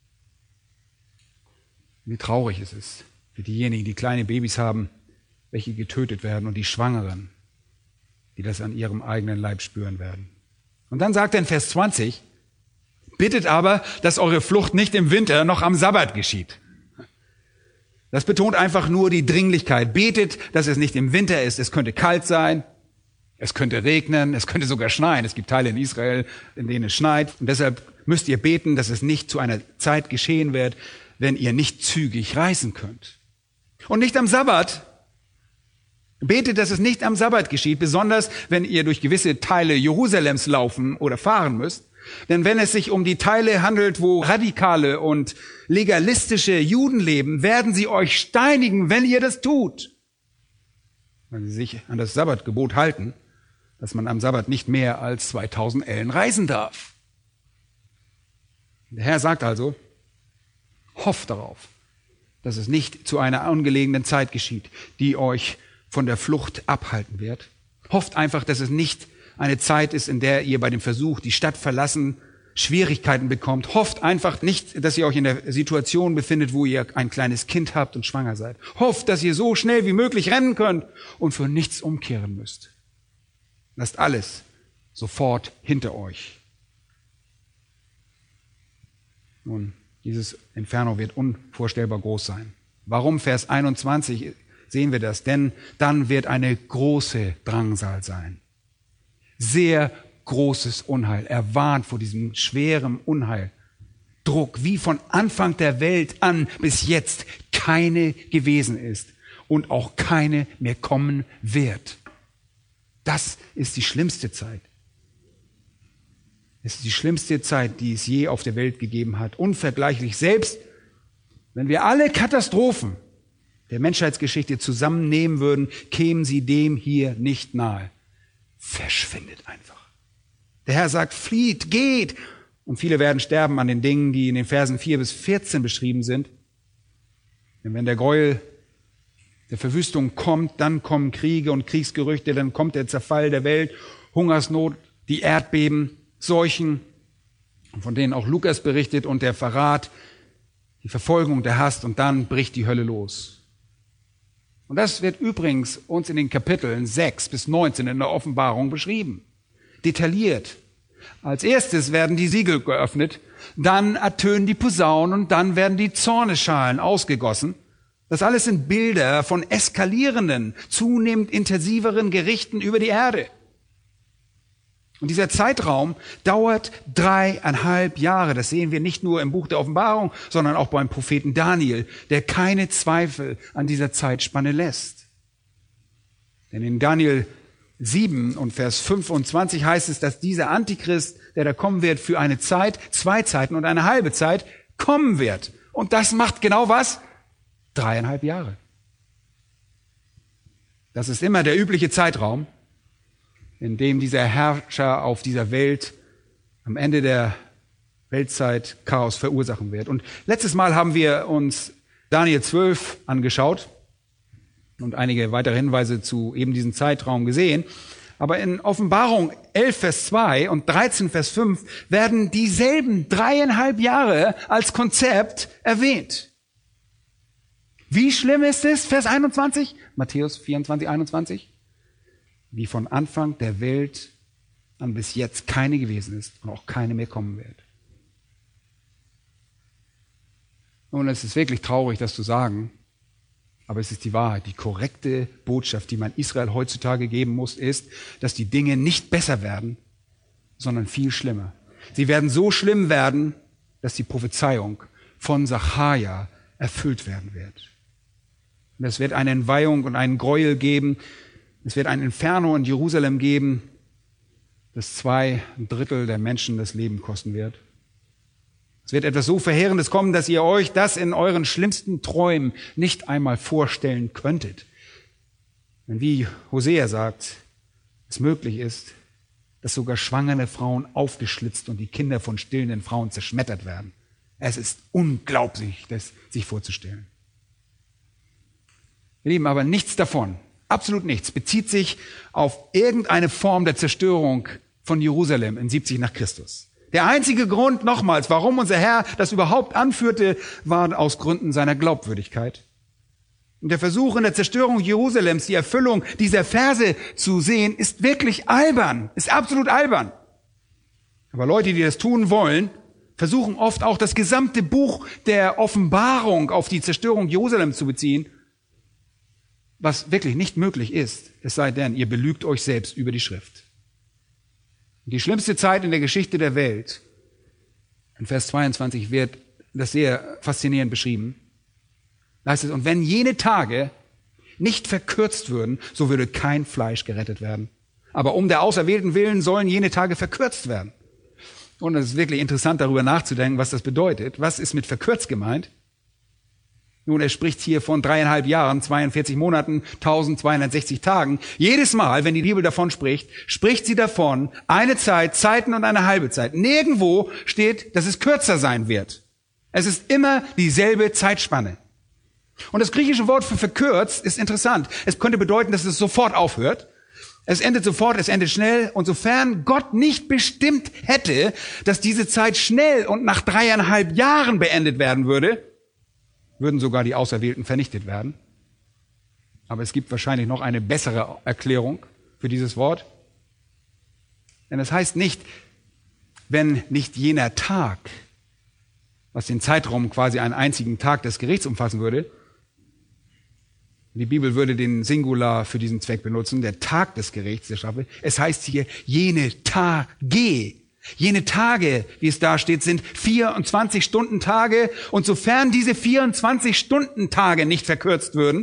Wie traurig es ist für diejenigen, die kleine Babys haben, welche getötet werden, und die Schwangeren, die das an ihrem eigenen Leib spüren werden. Und dann sagt er in Vers zwanzig, bittet aber, dass eure Flucht nicht im Winter noch am Sabbat geschieht. Das betont einfach nur die Dringlichkeit. Betet, dass es nicht im Winter ist. Es könnte kalt sein, es könnte regnen, es könnte sogar schneien. Es gibt Teile in Israel, in denen es schneit. Und deshalb müsst ihr beten, dass es nicht zu einer Zeit geschehen wird, wenn ihr nicht zügig reisen könnt. Und nicht am Sabbat. Betet, dass es nicht am Sabbat geschieht, besonders wenn ihr durch gewisse Teile Jerusalems laufen oder fahren müsst. Denn wenn es sich um die Teile handelt, wo radikale und legalistische Juden leben, werden sie euch steinigen, wenn ihr das tut. Weil sie sich an das Sabbatgebot halten, dass man am Sabbat nicht mehr als zweitausend Ellen reisen darf. Der Herr sagt also, hofft darauf, dass es nicht zu einer ungelegenen Zeit geschieht, die euch von der Flucht abhalten wird. Hofft einfach, dass es nicht eine Zeit ist, in der ihr bei dem Versuch, die Stadt verlassen, Schwierigkeiten bekommt. Hofft einfach nicht, dass ihr euch in der Situation befindet, wo ihr ein kleines Kind habt und schwanger seid. Hofft, dass ihr so schnell wie möglich rennen könnt und für nichts umkehren müsst. Lasst alles sofort hinter euch. Nun, dieses Inferno wird unvorstellbar groß sein. Warum Vers einundzwanzig sehen wir das, denn dann wird eine große Drangsal sein. Sehr großes Unheil. Er warnt vor diesem schweren Unheil. Druck, wie von Anfang der Welt an bis jetzt keine gewesen ist und auch keine mehr kommen wird. Das ist die schlimmste Zeit. Es ist die schlimmste Zeit, die es je auf der Welt gegeben hat. Unvergleichlich. Selbst wenn wir alle Katastrophen der Menschheitsgeschichte zusammennehmen würden, kämen sie dem hier nicht nahe. Verschwindet einfach. Der Herr sagt, flieht, geht. Und viele werden sterben an den Dingen, die in den Versen vier bis vierzehn beschrieben sind. Denn wenn der Gräuel der Verwüstung kommt, dann kommen Kriege und Kriegsgerüchte, dann kommt der Zerfall der Welt, Hungersnot, die Erdbeben, Seuchen, von denen auch Lukas berichtet, und der Verrat, die Verfolgung, der Hass, und dann bricht die Hölle los. Und das wird übrigens uns in den Kapiteln sechs bis neunzehn in der Offenbarung beschrieben. Detailliert. Als erstes werden die Siegel geöffnet, dann ertönen die Posaunen und dann werden die Zornesschalen ausgegossen. Das alles sind Bilder von eskalierenden, zunehmend intensiveren Gerichten über die Erde. Und dieser Zeitraum dauert dreieinhalb Jahre. Das sehen wir nicht nur im Buch der Offenbarung, sondern auch beim Propheten Daniel, der keine Zweifel an dieser Zeitspanne lässt. Denn in Daniel sieben und Vers fünfundzwanzig heißt es, dass dieser Antichrist, der da kommen wird, für eine Zeit, zwei Zeiten und eine halbe Zeit kommen wird. Und das macht genau was? Dreieinhalb Jahre. Das ist immer der übliche Zeitraum, in dem dieser Herrscher auf dieser Welt am Ende der Weltzeit Chaos verursachen wird. Und letztes Mal haben wir uns Daniel zwölf angeschaut und einige weitere Hinweise zu eben diesem Zeitraum gesehen. Aber in Offenbarung elf, Vers zwei und dreizehn, Vers fünf werden dieselben dreieinhalb Jahre als Konzept erwähnt. Wie schlimm ist es? Vers einundzwanzig, Matthäus vierundzwanzig, einundzwanzig. Wie von Anfang der Welt an bis jetzt keine gewesen ist und auch keine mehr kommen wird. Nun, es ist wirklich traurig, das zu sagen, aber es ist die Wahrheit. Die korrekte Botschaft, die man Israel heutzutage geben muss, ist, dass die Dinge nicht besser werden, sondern viel schlimmer. Sie werden so schlimm werden, dass die Prophezeiung von Sacharja erfüllt werden wird. Und es wird eine Entweihung und einen Gräuel geben. Es wird ein Inferno in Jerusalem geben, das zwei Drittel der Menschen das Leben kosten wird. Es wird etwas so Verheerendes kommen, dass ihr euch das in euren schlimmsten Träumen nicht einmal vorstellen könntet. Wenn, wie Hosea sagt, es möglich ist, dass sogar schwangere Frauen aufgeschlitzt und die Kinder von stillenden Frauen zerschmettert werden. Es ist unglaublich, das sich vorzustellen. Ihr Lieben, aber nichts davon, absolut nichts, bezieht sich auf irgendeine Form der Zerstörung von Jerusalem in siebzig nach Christus. Der einzige Grund, nochmals, warum unser Herr das überhaupt anführte, war aus Gründen seiner Glaubwürdigkeit. Und der Versuch in der Zerstörung Jerusalems, die Erfüllung dieser Verse zu sehen, ist wirklich albern, ist absolut albern. Aber Leute, die das tun wollen, versuchen oft auch das gesamte Buch der Offenbarung auf die Zerstörung Jerusalems zu beziehen, was wirklich nicht möglich ist, es sei denn, ihr belügt euch selbst über die Schrift. Die schlimmste Zeit in der Geschichte der Welt, in Vers zweiundzwanzig wird das sehr faszinierend beschrieben, da heißt es, und wenn jene Tage nicht verkürzt würden, so würde kein Fleisch gerettet werden. Aber um der Auserwählten willen sollen jene Tage verkürzt werden. Und es ist wirklich interessant, darüber nachzudenken, was das bedeutet. Was ist mit verkürzt gemeint? Nun, er spricht hier von dreieinhalb Jahren, zweiundvierzig Monaten, eintausendzweihundertsechzig Tagen. Jedes Mal, wenn die Bibel davon spricht, spricht sie davon, eine Zeit, Zeiten und eine halbe Zeit. Nirgendwo steht, dass es kürzer sein wird. Es ist immer dieselbe Zeitspanne. Und das griechische Wort für verkürzt ist interessant. Es könnte bedeuten, dass es sofort aufhört. Es endet sofort, es endet schnell. Und sofern Gott nicht bestimmt hätte, dass diese Zeit schnell und nach dreieinhalb Jahren beendet werden würde, würden sogar die Auserwählten vernichtet werden. Aber es gibt wahrscheinlich noch eine bessere Erklärung für dieses Wort. Denn es heißt nicht, wenn nicht jener Tag, was den Zeitraum quasi einen einzigen Tag des Gerichts umfassen würde, Die Bibel würde den Singular für diesen Zweck benutzen, der Tag des Gerichts, der Strafe. Es heißt hier jene Tage. Jene Tage, wie es da steht, sind vierundzwanzig Stunden Tage. Und sofern diese vierundzwanzig Stunden Tage nicht verkürzt würden,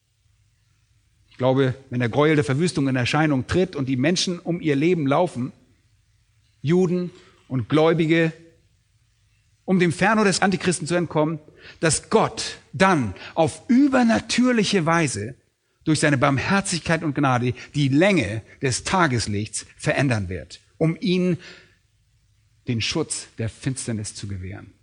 ich glaube, wenn der Gräuel der Verwüstung in Erscheinung tritt und die Menschen um ihr Leben laufen, Juden und Gläubige, um dem Inferno des Antichristen zu entkommen, dass Gott dann auf übernatürliche Weise durch seine Barmherzigkeit und Gnade die Länge des Tageslichts verändern wird, um ihnen den Schutz der Finsternis zu gewähren.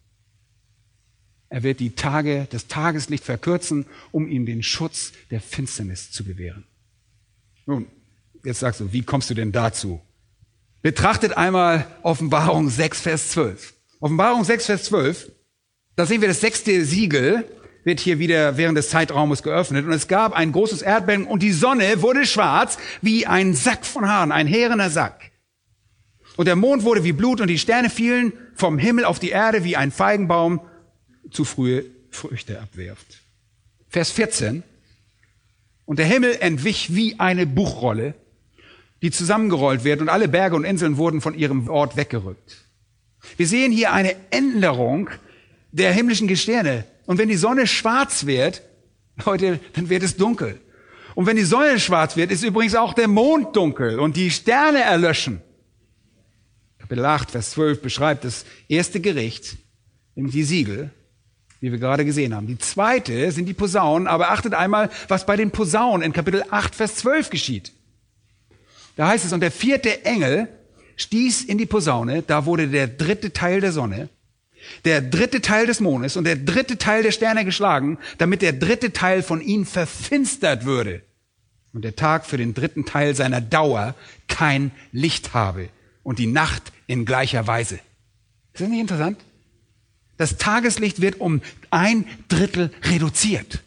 Er wird die Tage, das Tageslicht verkürzen, um ihm den Schutz der Finsternis zu gewähren. Nun, jetzt sagst du, wie kommst du denn dazu? Betrachtet einmal Offenbarung sechs, Vers zwölf. Offenbarung sechs, Vers zwölf, da sehen wir das sechste Siegel, wird hier wieder während des Zeitraumes geöffnet. Und es gab ein großes Erdbeben und die Sonne wurde schwarz wie ein Sack von Haaren, ein härener Sack. Und der Mond wurde wie Blut und die Sterne fielen vom Himmel auf die Erde wie ein Feigenbaum zu frühe Früchte abwirft. Vers vierzehn. Und der Himmel entwich wie eine Buchrolle, die zusammengerollt wird und alle Berge und Inseln wurden von ihrem Ort weggerückt. Wir sehen hier eine Änderung der himmlischen Gestirne. Und wenn die Sonne schwarz wird, Leute, dann wird es dunkel. Und wenn die Sonne schwarz wird, ist übrigens auch der Mond dunkel und die Sterne erlöschen. Kapitel acht, Vers zwölf beschreibt das erste Gericht, nämlich die Siegel, wie wir gerade gesehen haben. Die zweite sind die Posaunen, aber achtet einmal, was bei den Posaunen in Kapitel acht, Vers zwölf geschieht. Da heißt es, und der vierte Engel stieß in die Posaune, da wurde der dritte Teil der Sonne, der dritte Teil des Mondes und der dritte Teil der Sterne geschlagen, damit der dritte Teil von ihnen verfinstert würde und der Tag für den dritten Teil seiner Dauer kein Licht habe und die Nacht in gleicher Weise. Ist das nicht interessant? Das Tageslicht wird um ein Drittel reduziert.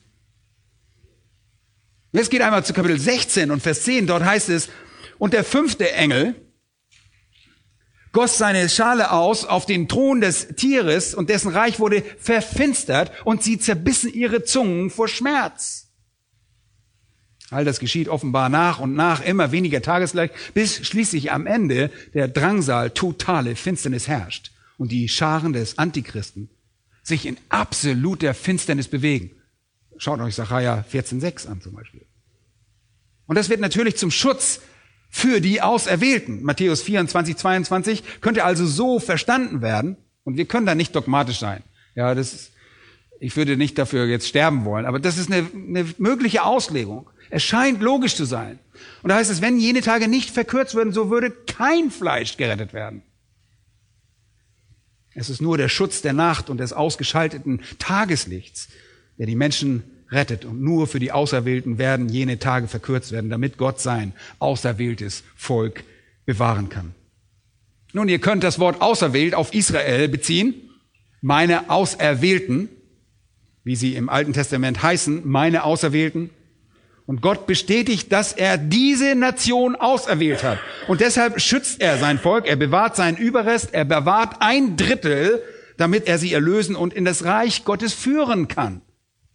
Jetzt geht einmal zu Kapitel sechzehn und Vers zehn, dort heißt es, und der fünfte Engel goss seine Schale aus auf den Thron des Tieres und dessen Reich wurde verfinstert und sie zerbissen ihre Zungen vor Schmerz. All das geschieht offenbar nach und nach immer weniger Tageslicht, bis schließlich am Ende der Drangsal totale Finsternis herrscht und die Scharen des Antichristen sich in absoluter Finsternis bewegen. Schaut euch Sacharja vierzehn sechs an zum Beispiel. Und das wird natürlich zum Schutz für die Auserwählten. Matthäus vierundzwanzig zweiundzwanzig könnte also so verstanden werden. Und wir können da nicht dogmatisch sein. Ja, das ist, ich würde nicht dafür jetzt sterben wollen, aber das ist eine, eine mögliche Auslegung. Es scheint logisch zu sein. Und da heißt es, wenn jene Tage nicht verkürzt würden, so würde kein Fleisch gerettet werden. Es ist nur der Schutz der Nacht und des ausgeschalteten Tageslichts, der die Menschen rettet. Und nur für die Auserwählten werden jene Tage verkürzt werden, damit Gott sein auserwähltes Volk bewahren kann. Nun, ihr könnt das Wort auserwählt auf Israel beziehen. Meine Auserwählten, wie sie im Alten Testament heißen, meine Auserwählten. Und Gott bestätigt, dass er diese Nation auserwählt hat. Und deshalb schützt er sein Volk, er bewahrt seinen Überrest, er bewahrt ein Drittel, damit er sie erlösen und in das Reich Gottes führen kann.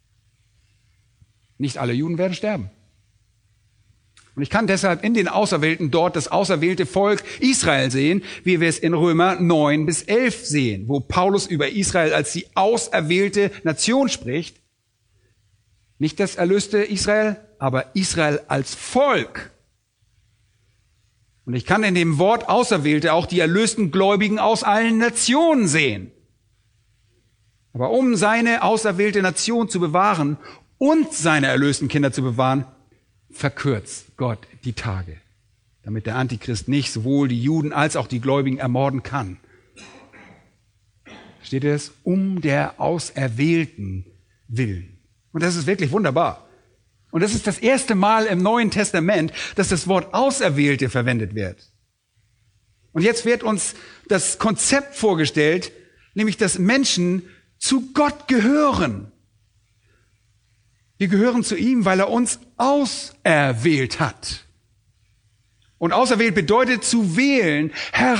Nicht alle Juden werden sterben. Und ich kann deshalb in den Auserwählten dort das auserwählte Volk Israel sehen, wie wir es in Römer neun bis elf sehen, wo Paulus über Israel als die auserwählte Nation spricht. Nicht das erlöste Israel, aber Israel als Volk. Und ich kann in dem Wort Auserwählte auch die erlösten Gläubigen aus allen Nationen sehen. Aber um seine auserwählte Nation zu bewahren und seine erlösten Kinder zu bewahren, verkürzt Gott die Tage, damit der Antichrist nicht sowohl die Juden als auch die Gläubigen ermorden kann. Steht es? Um der Auserwählten willen. Und das ist wirklich wunderbar. Und das ist das erste Mal im Neuen Testament, dass das Wort Auserwählte verwendet wird. Und jetzt wird uns das Konzept vorgestellt, nämlich dass Menschen zu Gott gehören. Wir gehören zu ihm, weil er uns auserwählt hat. Und auserwählt bedeutet zu wählen,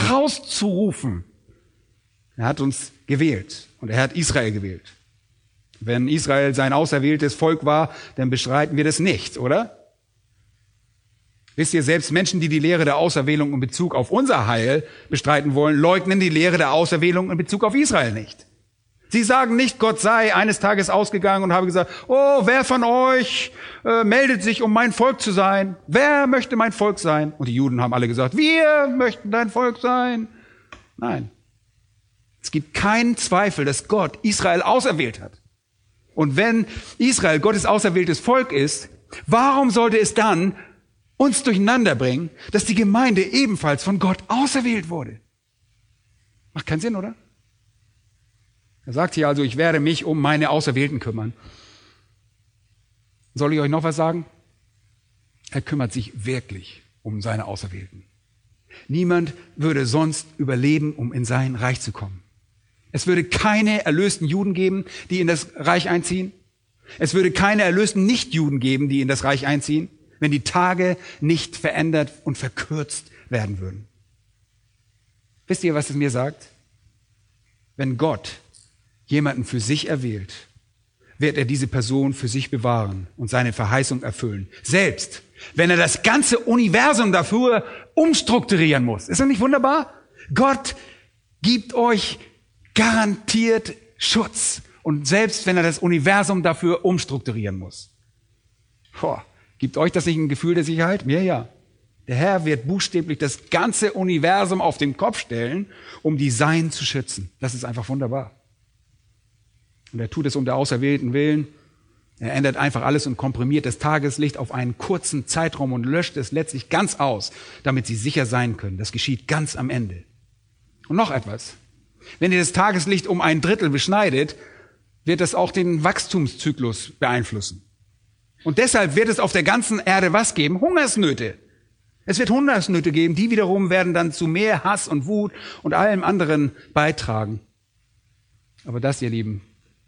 herauszurufen. Er hat uns gewählt und er hat Israel gewählt. Wenn Israel sein auserwähltes Volk war, dann bestreiten wir das nicht, oder? Wisst ihr, selbst Menschen, die die Lehre der Auserwählung in Bezug auf unser Heil bestreiten wollen, leugnen die Lehre der Auserwählung in Bezug auf Israel nicht. Sie sagen nicht, Gott sei eines Tages ausgegangen und habe gesagt, oh, wer von euch äh, meldet sich, um mein Volk zu sein? Wer möchte mein Volk sein? Und die Juden haben alle gesagt, wir möchten dein Volk sein. Nein. Es gibt keinen Zweifel, dass Gott Israel auserwählt hat. Und wenn Israel Gottes auserwähltes Volk ist, warum sollte es dann uns durcheinander bringen, dass die Gemeinde ebenfalls von Gott auserwählt wurde? Macht keinen Sinn, oder? Er sagt hier also, ich werde mich um meine Auserwählten kümmern. Soll ich euch noch was sagen? Er kümmert sich wirklich um seine Auserwählten. Niemand würde sonst überleben, um in sein Reich zu kommen. Es würde keine erlösten Juden geben, die in das Reich einziehen. Es würde keine erlösten Nichtjuden geben, die in das Reich einziehen, wenn die Tage nicht verändert und verkürzt werden würden. Wisst ihr, was es mir sagt? Wenn Gott jemanden für sich erwählt, wird er diese Person für sich bewahren und seine Verheißung erfüllen. Selbst wenn er das ganze Universum dafür umstrukturieren muss. Ist das nicht wunderbar? Gott gibt euch garantiert Schutz. Und selbst wenn er das Universum dafür umstrukturieren muss. Boah, gibt euch das nicht ein Gefühl der Sicherheit? Mir ja. Der Herr wird buchstäblich das ganze Universum auf den Kopf stellen, um die Seinen zu schützen. Das ist einfach wunderbar. Und er tut es um der Auserwählten willen. Er ändert einfach alles und komprimiert das Tageslicht auf einen kurzen Zeitraum und löscht es letztlich ganz aus, damit sie sicher sein können. Das geschieht ganz am Ende. Und noch etwas. Wenn ihr das Tageslicht um ein Drittel beschneidet, wird das auch den Wachstumszyklus beeinflussen. Und deshalb wird es auf der ganzen Erde was geben? Hungersnöte. Es wird Hungersnöte geben, die wiederum werden dann zu mehr Hass und Wut und allem anderen beitragen. Aber das, ihr Lieben,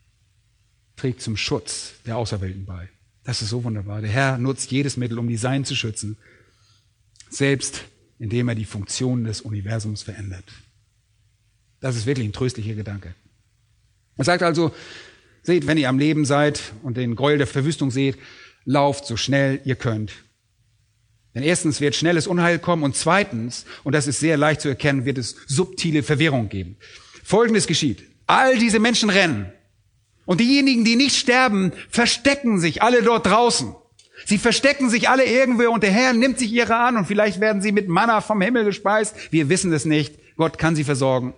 trägt zum Schutz der Auserwählten bei. Das ist so wunderbar. Der Herr nutzt jedes Mittel, um die Seinen zu schützen, selbst indem er die Funktionen des Universums verändert. Das ist wirklich ein tröstlicher Gedanke. Er sagt also, seht, wenn ihr am Leben seid und den Gräuel der Verwüstung seht, lauft so schnell ihr könnt. Denn erstens wird schnelles Unheil kommen und zweitens, und das ist sehr leicht zu erkennen, wird es subtile Verwirrung geben. Folgendes geschieht. All diese Menschen rennen. Und diejenigen, die nicht sterben, verstecken sich alle dort draußen. Sie verstecken sich alle irgendwo und der Herr nimmt sich ihre an und vielleicht werden sie mit Manna vom Himmel gespeist. Wir wissen es nicht. Gott kann sie versorgen.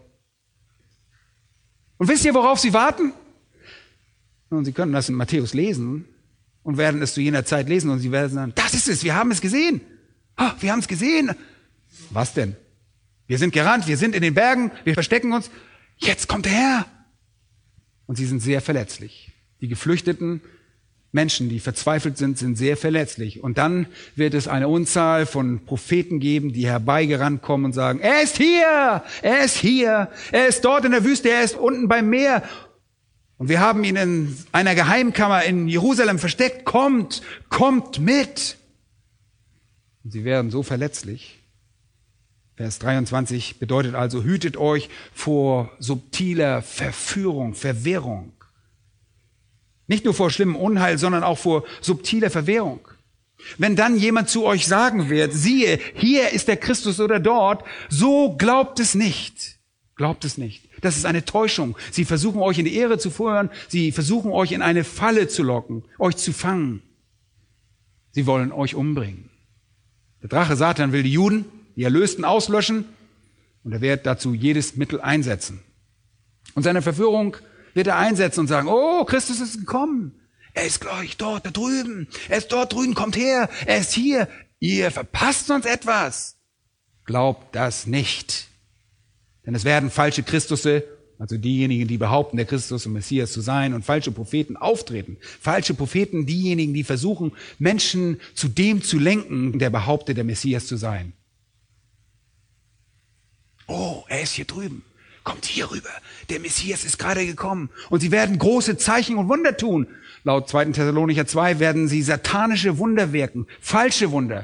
Und wisst ihr, worauf sie warten? Und sie können das in Matthäus lesen und werden es zu jener Zeit lesen und sie werden sagen, das ist es, wir haben es gesehen. Ah, wir haben es gesehen. Was denn? Wir sind gerannt, wir sind in den Bergen, wir verstecken uns. Jetzt kommt der Herr. Und sie sind sehr verletzlich. Die geflüchteten Menschen, die verzweifelt sind, sind sehr verletzlich. Und dann wird es eine Unzahl von Propheten geben, die herbeigerannt kommen und sagen, er ist hier, er ist hier, er ist dort in der Wüste, er ist unten beim Meer. Und wir haben ihn in einer Geheimkammer in Jerusalem versteckt. Kommt, kommt mit. Und sie werden so verletzlich. Vers dreiundzwanzig bedeutet also, hütet euch vor subtiler Verführung, Verwirrung. Nicht nur vor schlimmem Unheil, sondern auch vor subtiler Verwirrung. Wenn dann jemand zu euch sagen wird, siehe, hier ist der Christus oder dort, so glaubt es nicht. Glaubt es nicht. Das ist eine Täuschung. Sie versuchen euch in die Irre zu führen. Sie versuchen euch in eine Falle zu locken, euch zu fangen. Sie wollen euch umbringen. Der Drache Satan will die Juden, die Erlösten, auslöschen und er wird dazu jedes Mittel einsetzen. Und seine Verführung wird er einsetzen und sagen, oh, Christus ist gekommen. Er ist gleich dort, da drüben. Er ist dort drüben, kommt her. Er ist hier. Ihr verpasst sonst etwas. Glaubt das nicht. Denn es werden falsche Christusse, also diejenigen, die behaupten, der Christus und Messias zu sein, und falsche Propheten auftreten. Falsche Propheten, diejenigen, die versuchen, Menschen zu dem zu lenken, der behauptet, der Messias zu sein. Oh, er ist hier drüben. Kommt hier rüber. Der Messias ist gerade gekommen. Und sie werden große Zeichen und Wunder tun. Laut zweiten Thessalonicher zwei werden sie satanische Wunder wirken. Falsche Wunder.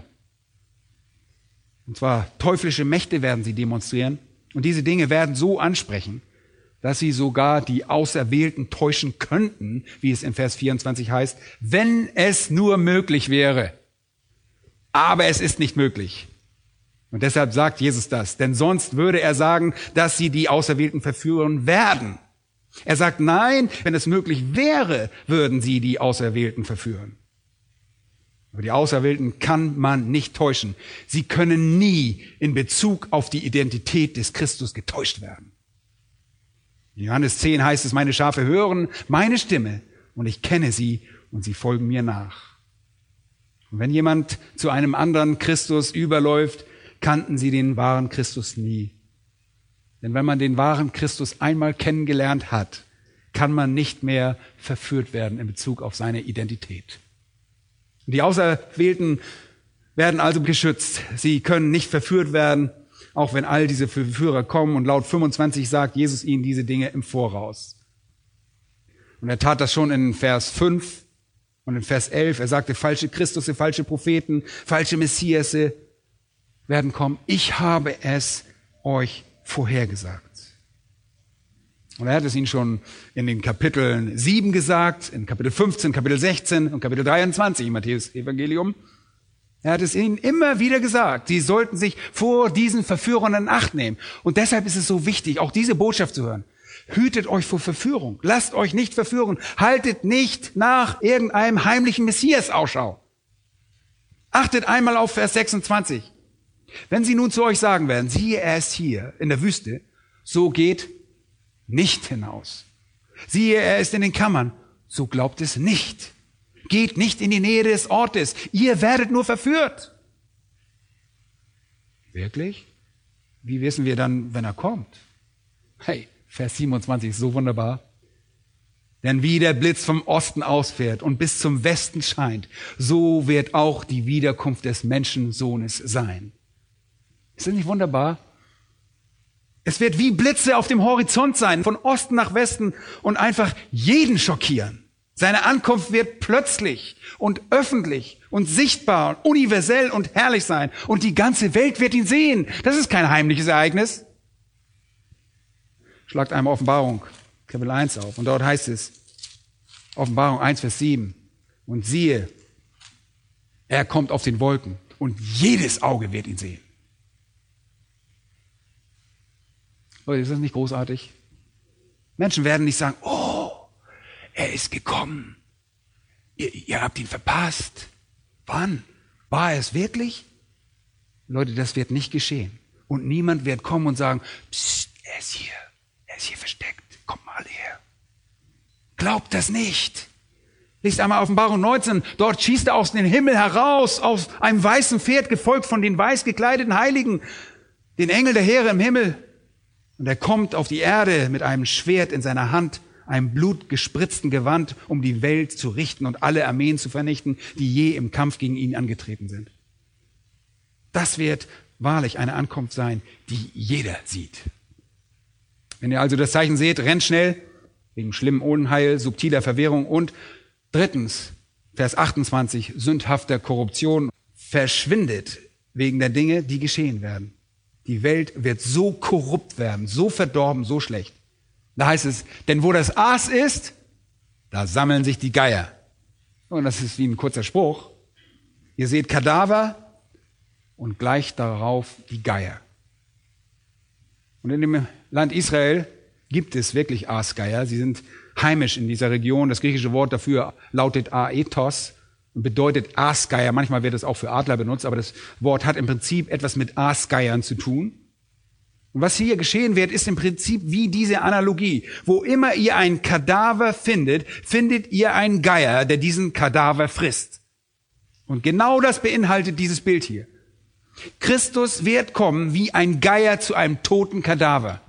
Und zwar teuflische Mächte werden sie demonstrieren. Und diese Dinge werden so ansprechen, dass sie sogar die Auserwählten täuschen könnten, wie es in Vers vierundzwanzig heißt, wenn es nur möglich wäre. Aber es ist nicht möglich. Und deshalb sagt Jesus das, denn sonst würde er sagen, dass sie die Auserwählten verführen werden. Er sagt, nein, wenn es möglich wäre, würden sie die Auserwählten verführen. Aber die Auserwählten kann man nicht täuschen. Sie können nie in Bezug auf die Identität des Christus getäuscht werden. In Johannes zehn heißt es, meine Schafe hören meine Stimme und ich kenne sie und sie folgen mir nach. Und wenn jemand zu einem anderen Christus überläuft, kannten sie den wahren Christus nie. Denn wenn man den wahren Christus einmal kennengelernt hat, kann man nicht mehr verführt werden in Bezug auf seine Identität. Die Auserwählten werden also geschützt. Sie können nicht verführt werden, auch wenn all diese Verführer kommen. Und laut fünfundzwanzig sagt Jesus ihnen diese Dinge im Voraus. Und er tat das schon in Vers fünf und in Vers elf. Er sagte, falsche Christusse, falsche Propheten, falsche Messiasse werden kommen. Ich habe es euch vorhergesagt. Und er hat es ihnen schon in den Kapiteln sieben gesagt, in Kapitel fünfzehn, Kapitel sechzehn und Kapitel dreiundzwanzig im Matthäus-Evangelium. Er hat es ihnen immer wieder gesagt. Sie sollten sich vor diesen Verführern in Acht nehmen. Und deshalb ist es so wichtig, auch diese Botschaft zu hören. Hütet euch vor Verführung. Lasst euch nicht verführen. Haltet nicht nach irgendeinem heimlichen Messias Ausschau. Achtet einmal auf Vers sechsundzwanzig. Wenn sie nun zu euch sagen werden, siehe, er ist hier in der Wüste, so geht nicht hinaus. Siehe, er ist in den Kammern, so glaubt es nicht. Geht nicht in die Nähe des Ortes, ihr werdet nur verführt. Wirklich? Wie wissen wir dann, wenn er kommt? Hey, Vers siebenundzwanzig ist so wunderbar. Denn wie der Blitz vom Osten ausfährt und bis zum Westen scheint, so wird auch die Wiederkunft des Menschensohnes sein. Ist das nicht wunderbar? Es wird wie Blitze auf dem Horizont sein, von Osten nach Westen und einfach jeden schockieren. Seine Ankunft wird plötzlich und öffentlich und sichtbar und universell und herrlich sein. Und die ganze Welt wird ihn sehen. Das ist kein heimliches Ereignis. Schlagt einmal Offenbarung, Kapitel eins auf. Und dort heißt es, Offenbarung eins, Vers sieben. Und siehe, er kommt auf den Wolken und jedes Auge wird ihn sehen. Leute, ist das nicht großartig? Menschen werden nicht sagen, oh, er ist gekommen. Ihr, ihr habt ihn verpasst. Wann? War er es wirklich? Leute, das wird nicht geschehen. Und niemand wird kommen und sagen, psst, er ist hier. Er ist hier versteckt. Kommt mal her. Glaubt das nicht. Liest einmal Offenbarung neunzehn. Dort schießt er aus dem Himmel heraus, auf einem weißen Pferd, gefolgt von den weiß gekleideten Heiligen, den Engel der Heere im Himmel. Und er kommt auf die Erde mit einem Schwert in seiner Hand, einem blutgespritzten Gewand, um die Welt zu richten und alle Armeen zu vernichten, die je im Kampf gegen ihn angetreten sind. Das wird wahrlich eine Ankunft sein, die jeder sieht. Wenn ihr also das Zeichen seht, rennt schnell, wegen schlimmem Unheil, subtiler Verwirrung und drittens, Vers achtundzwanzig, sündhafter Korruption, verschwindet wegen der Dinge, die geschehen werden. Die Welt wird so korrupt werden, so verdorben, so schlecht. Da heißt es, denn wo das Aas ist, da sammeln sich die Geier. Und das ist wie ein kurzer Spruch. Ihr seht Kadaver und gleich darauf die Geier. Und in dem Land Israel gibt es wirklich Aasgeier. Sie sind heimisch in dieser Region. Das griechische Wort dafür lautet Aethos und bedeutet Aasgeier. Manchmal wird es auch für Adler benutzt, aber das Wort hat im Prinzip etwas mit Aasgeiern zu tun. Und was hier geschehen wird, ist im Prinzip wie diese Analogie. Wo immer ihr einen Kadaver findet, findet ihr einen Geier, der diesen Kadaver frisst. Und genau das beinhaltet dieses Bild hier. Christus wird kommen wie ein Geier zu einem toten Kadaver.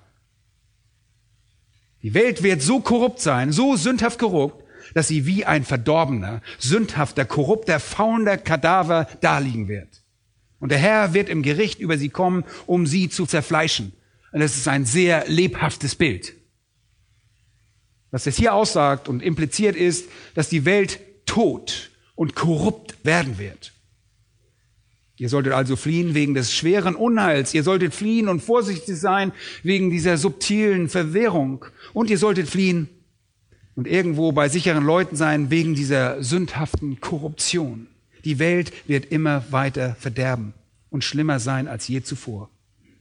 Die Welt wird so korrupt sein, so sündhaft korrupt, dass sie wie ein verdorbener, sündhafter, korrupter, faulender Kadaver daliegen wird. Und der Herr wird im Gericht über sie kommen, um sie zu zerfleischen. Und das ist ein sehr lebhaftes Bild. Was das hier aussagt und impliziert ist, dass die Welt tot und korrupt werden wird. Ihr solltet also fliehen wegen des schweren Unheils. Ihr solltet fliehen und vorsichtig sein wegen dieser subtilen Verwirrung. Und ihr solltet fliehen und irgendwo bei sicheren Leuten sein wegen dieser sündhaften Korruption. Die Welt wird immer weiter verderben und schlimmer sein als je zuvor.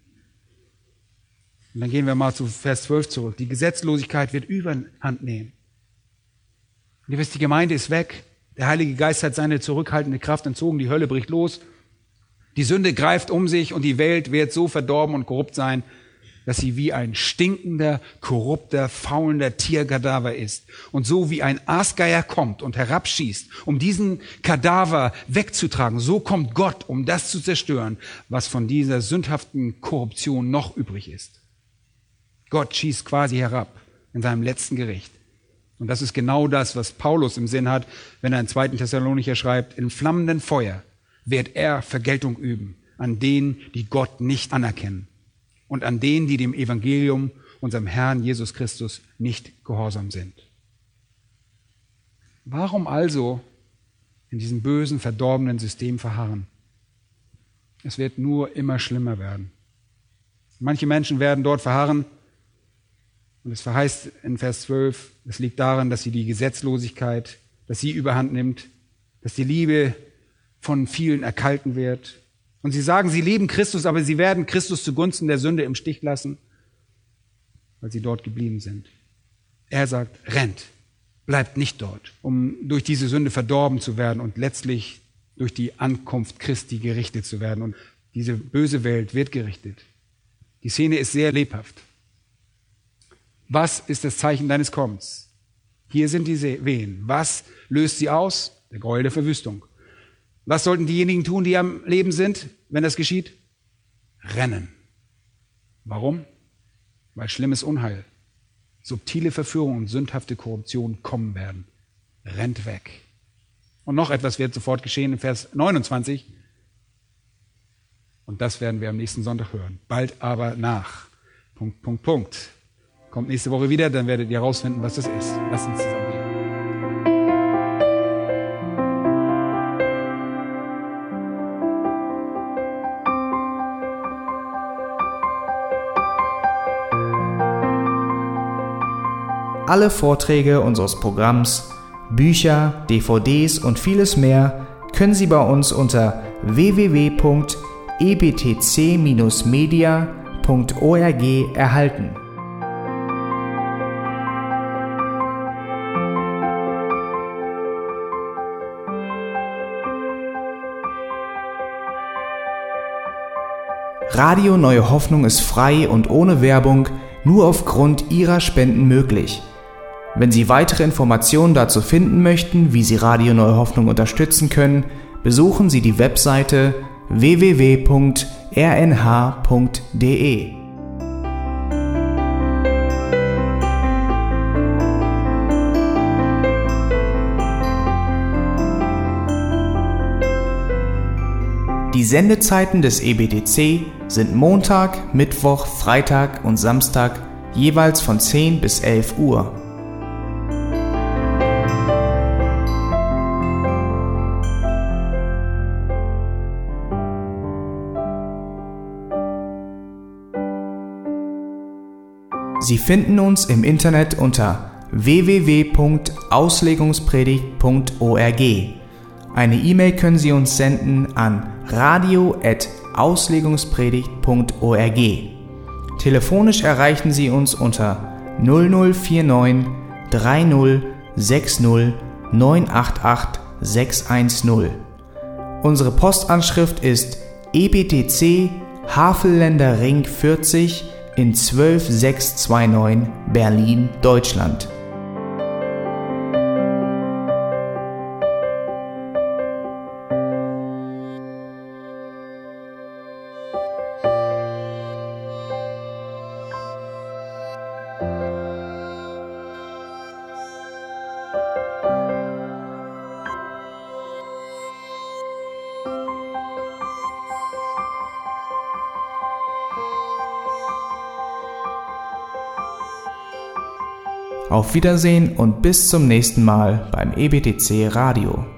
Und dann gehen wir mal zu Vers zwölf zurück. Die Gesetzlosigkeit wird Überhand nehmen. Und ihr wisst, die Gemeinde ist weg. Der Heilige Geist hat seine zurückhaltende Kraft entzogen. Die Hölle bricht los. Die Sünde greift um sich und die Welt wird so verdorben und korrupt sein, dass sie wie ein stinkender, korrupter, faulender Tierkadaver ist. Und so wie ein Aasgeier kommt und herabschießt, um diesen Kadaver wegzutragen, so kommt Gott, um das zu zerstören, was von dieser sündhaften Korruption noch übrig ist. Gott schießt quasi herab in seinem letzten Gericht. Und das ist genau das, was Paulus im Sinn hat, wenn er in zweiten Thessalonicher schreibt, in flammenden Feuer wird er Vergeltung üben an denen, die Gott nicht anerkennen und an denen, die dem Evangelium, unserem Herrn Jesus Christus, nicht gehorsam sind. Warum also in diesem bösen, verdorbenen System verharren? Es wird nur immer schlimmer werden. Manche Menschen werden dort verharren und es verheißt in Vers zwölf, es liegt daran, dass sie die Gesetzlosigkeit, dass sie überhand nimmt, dass die Liebe von vielen erkalten wird. Und sie sagen, sie lieben Christus, aber sie werden Christus zugunsten der Sünde im Stich lassen, weil sie dort geblieben sind. Er sagt, rennt, bleibt nicht dort, um durch diese Sünde verdorben zu werden und letztlich durch die Ankunft Christi gerichtet zu werden. Und diese böse Welt wird gerichtet. Die Szene ist sehr lebhaft. Was ist das Zeichen deines Kommens? Hier sind die Wehen. Was löst sie aus? Der Gräuel der Verwüstung. Was sollten diejenigen tun, die am Leben sind, wenn das geschieht? Rennen. Warum? Weil schlimmes Unheil, subtile Verführung und sündhafte Korruption kommen werden. Rennt weg. Und noch etwas wird sofort geschehen in Vers neunundzwanzig. Und das werden wir am nächsten Sonntag hören. Bald aber nach. Punkt, Punkt, Punkt. Kommt nächste Woche wieder, dann werdet ihr herausfinden, was das ist. Lasst uns zusammen beten. Alle Vorträge unseres Programms, Bücher, D V Ds und vieles mehr können Sie bei uns unter w w w punkt e b t c Bindestrich media punkt org erhalten. Radio Neue Hoffnung ist frei und ohne Werbung nur aufgrund Ihrer Spenden möglich. Wenn Sie weitere Informationen dazu finden möchten, wie Sie Radio Neue Hoffnung unterstützen können, besuchen Sie die Webseite w w w punkt r n h punkt d e. Die Sendezeiten des E B T C sind Montag, Mittwoch, Freitag und Samstag jeweils von zehn bis elf Uhr. Sie finden uns im Internet unter w w w punkt auslegungspredigt punkt org. Eine E-Mail können Sie uns senden an radio at auslegungspredigt punkt org. Telefonisch erreichen Sie uns unter null null vier neun drei null sechs null neun acht acht sechs eins null. Unsere Postanschrift ist E B T C Havelländer Ring vierzig in zwölf sechs zwei neun Berlin, Deutschland. Auf Wiedersehen und bis zum nächsten Mal beim E B T C Radio.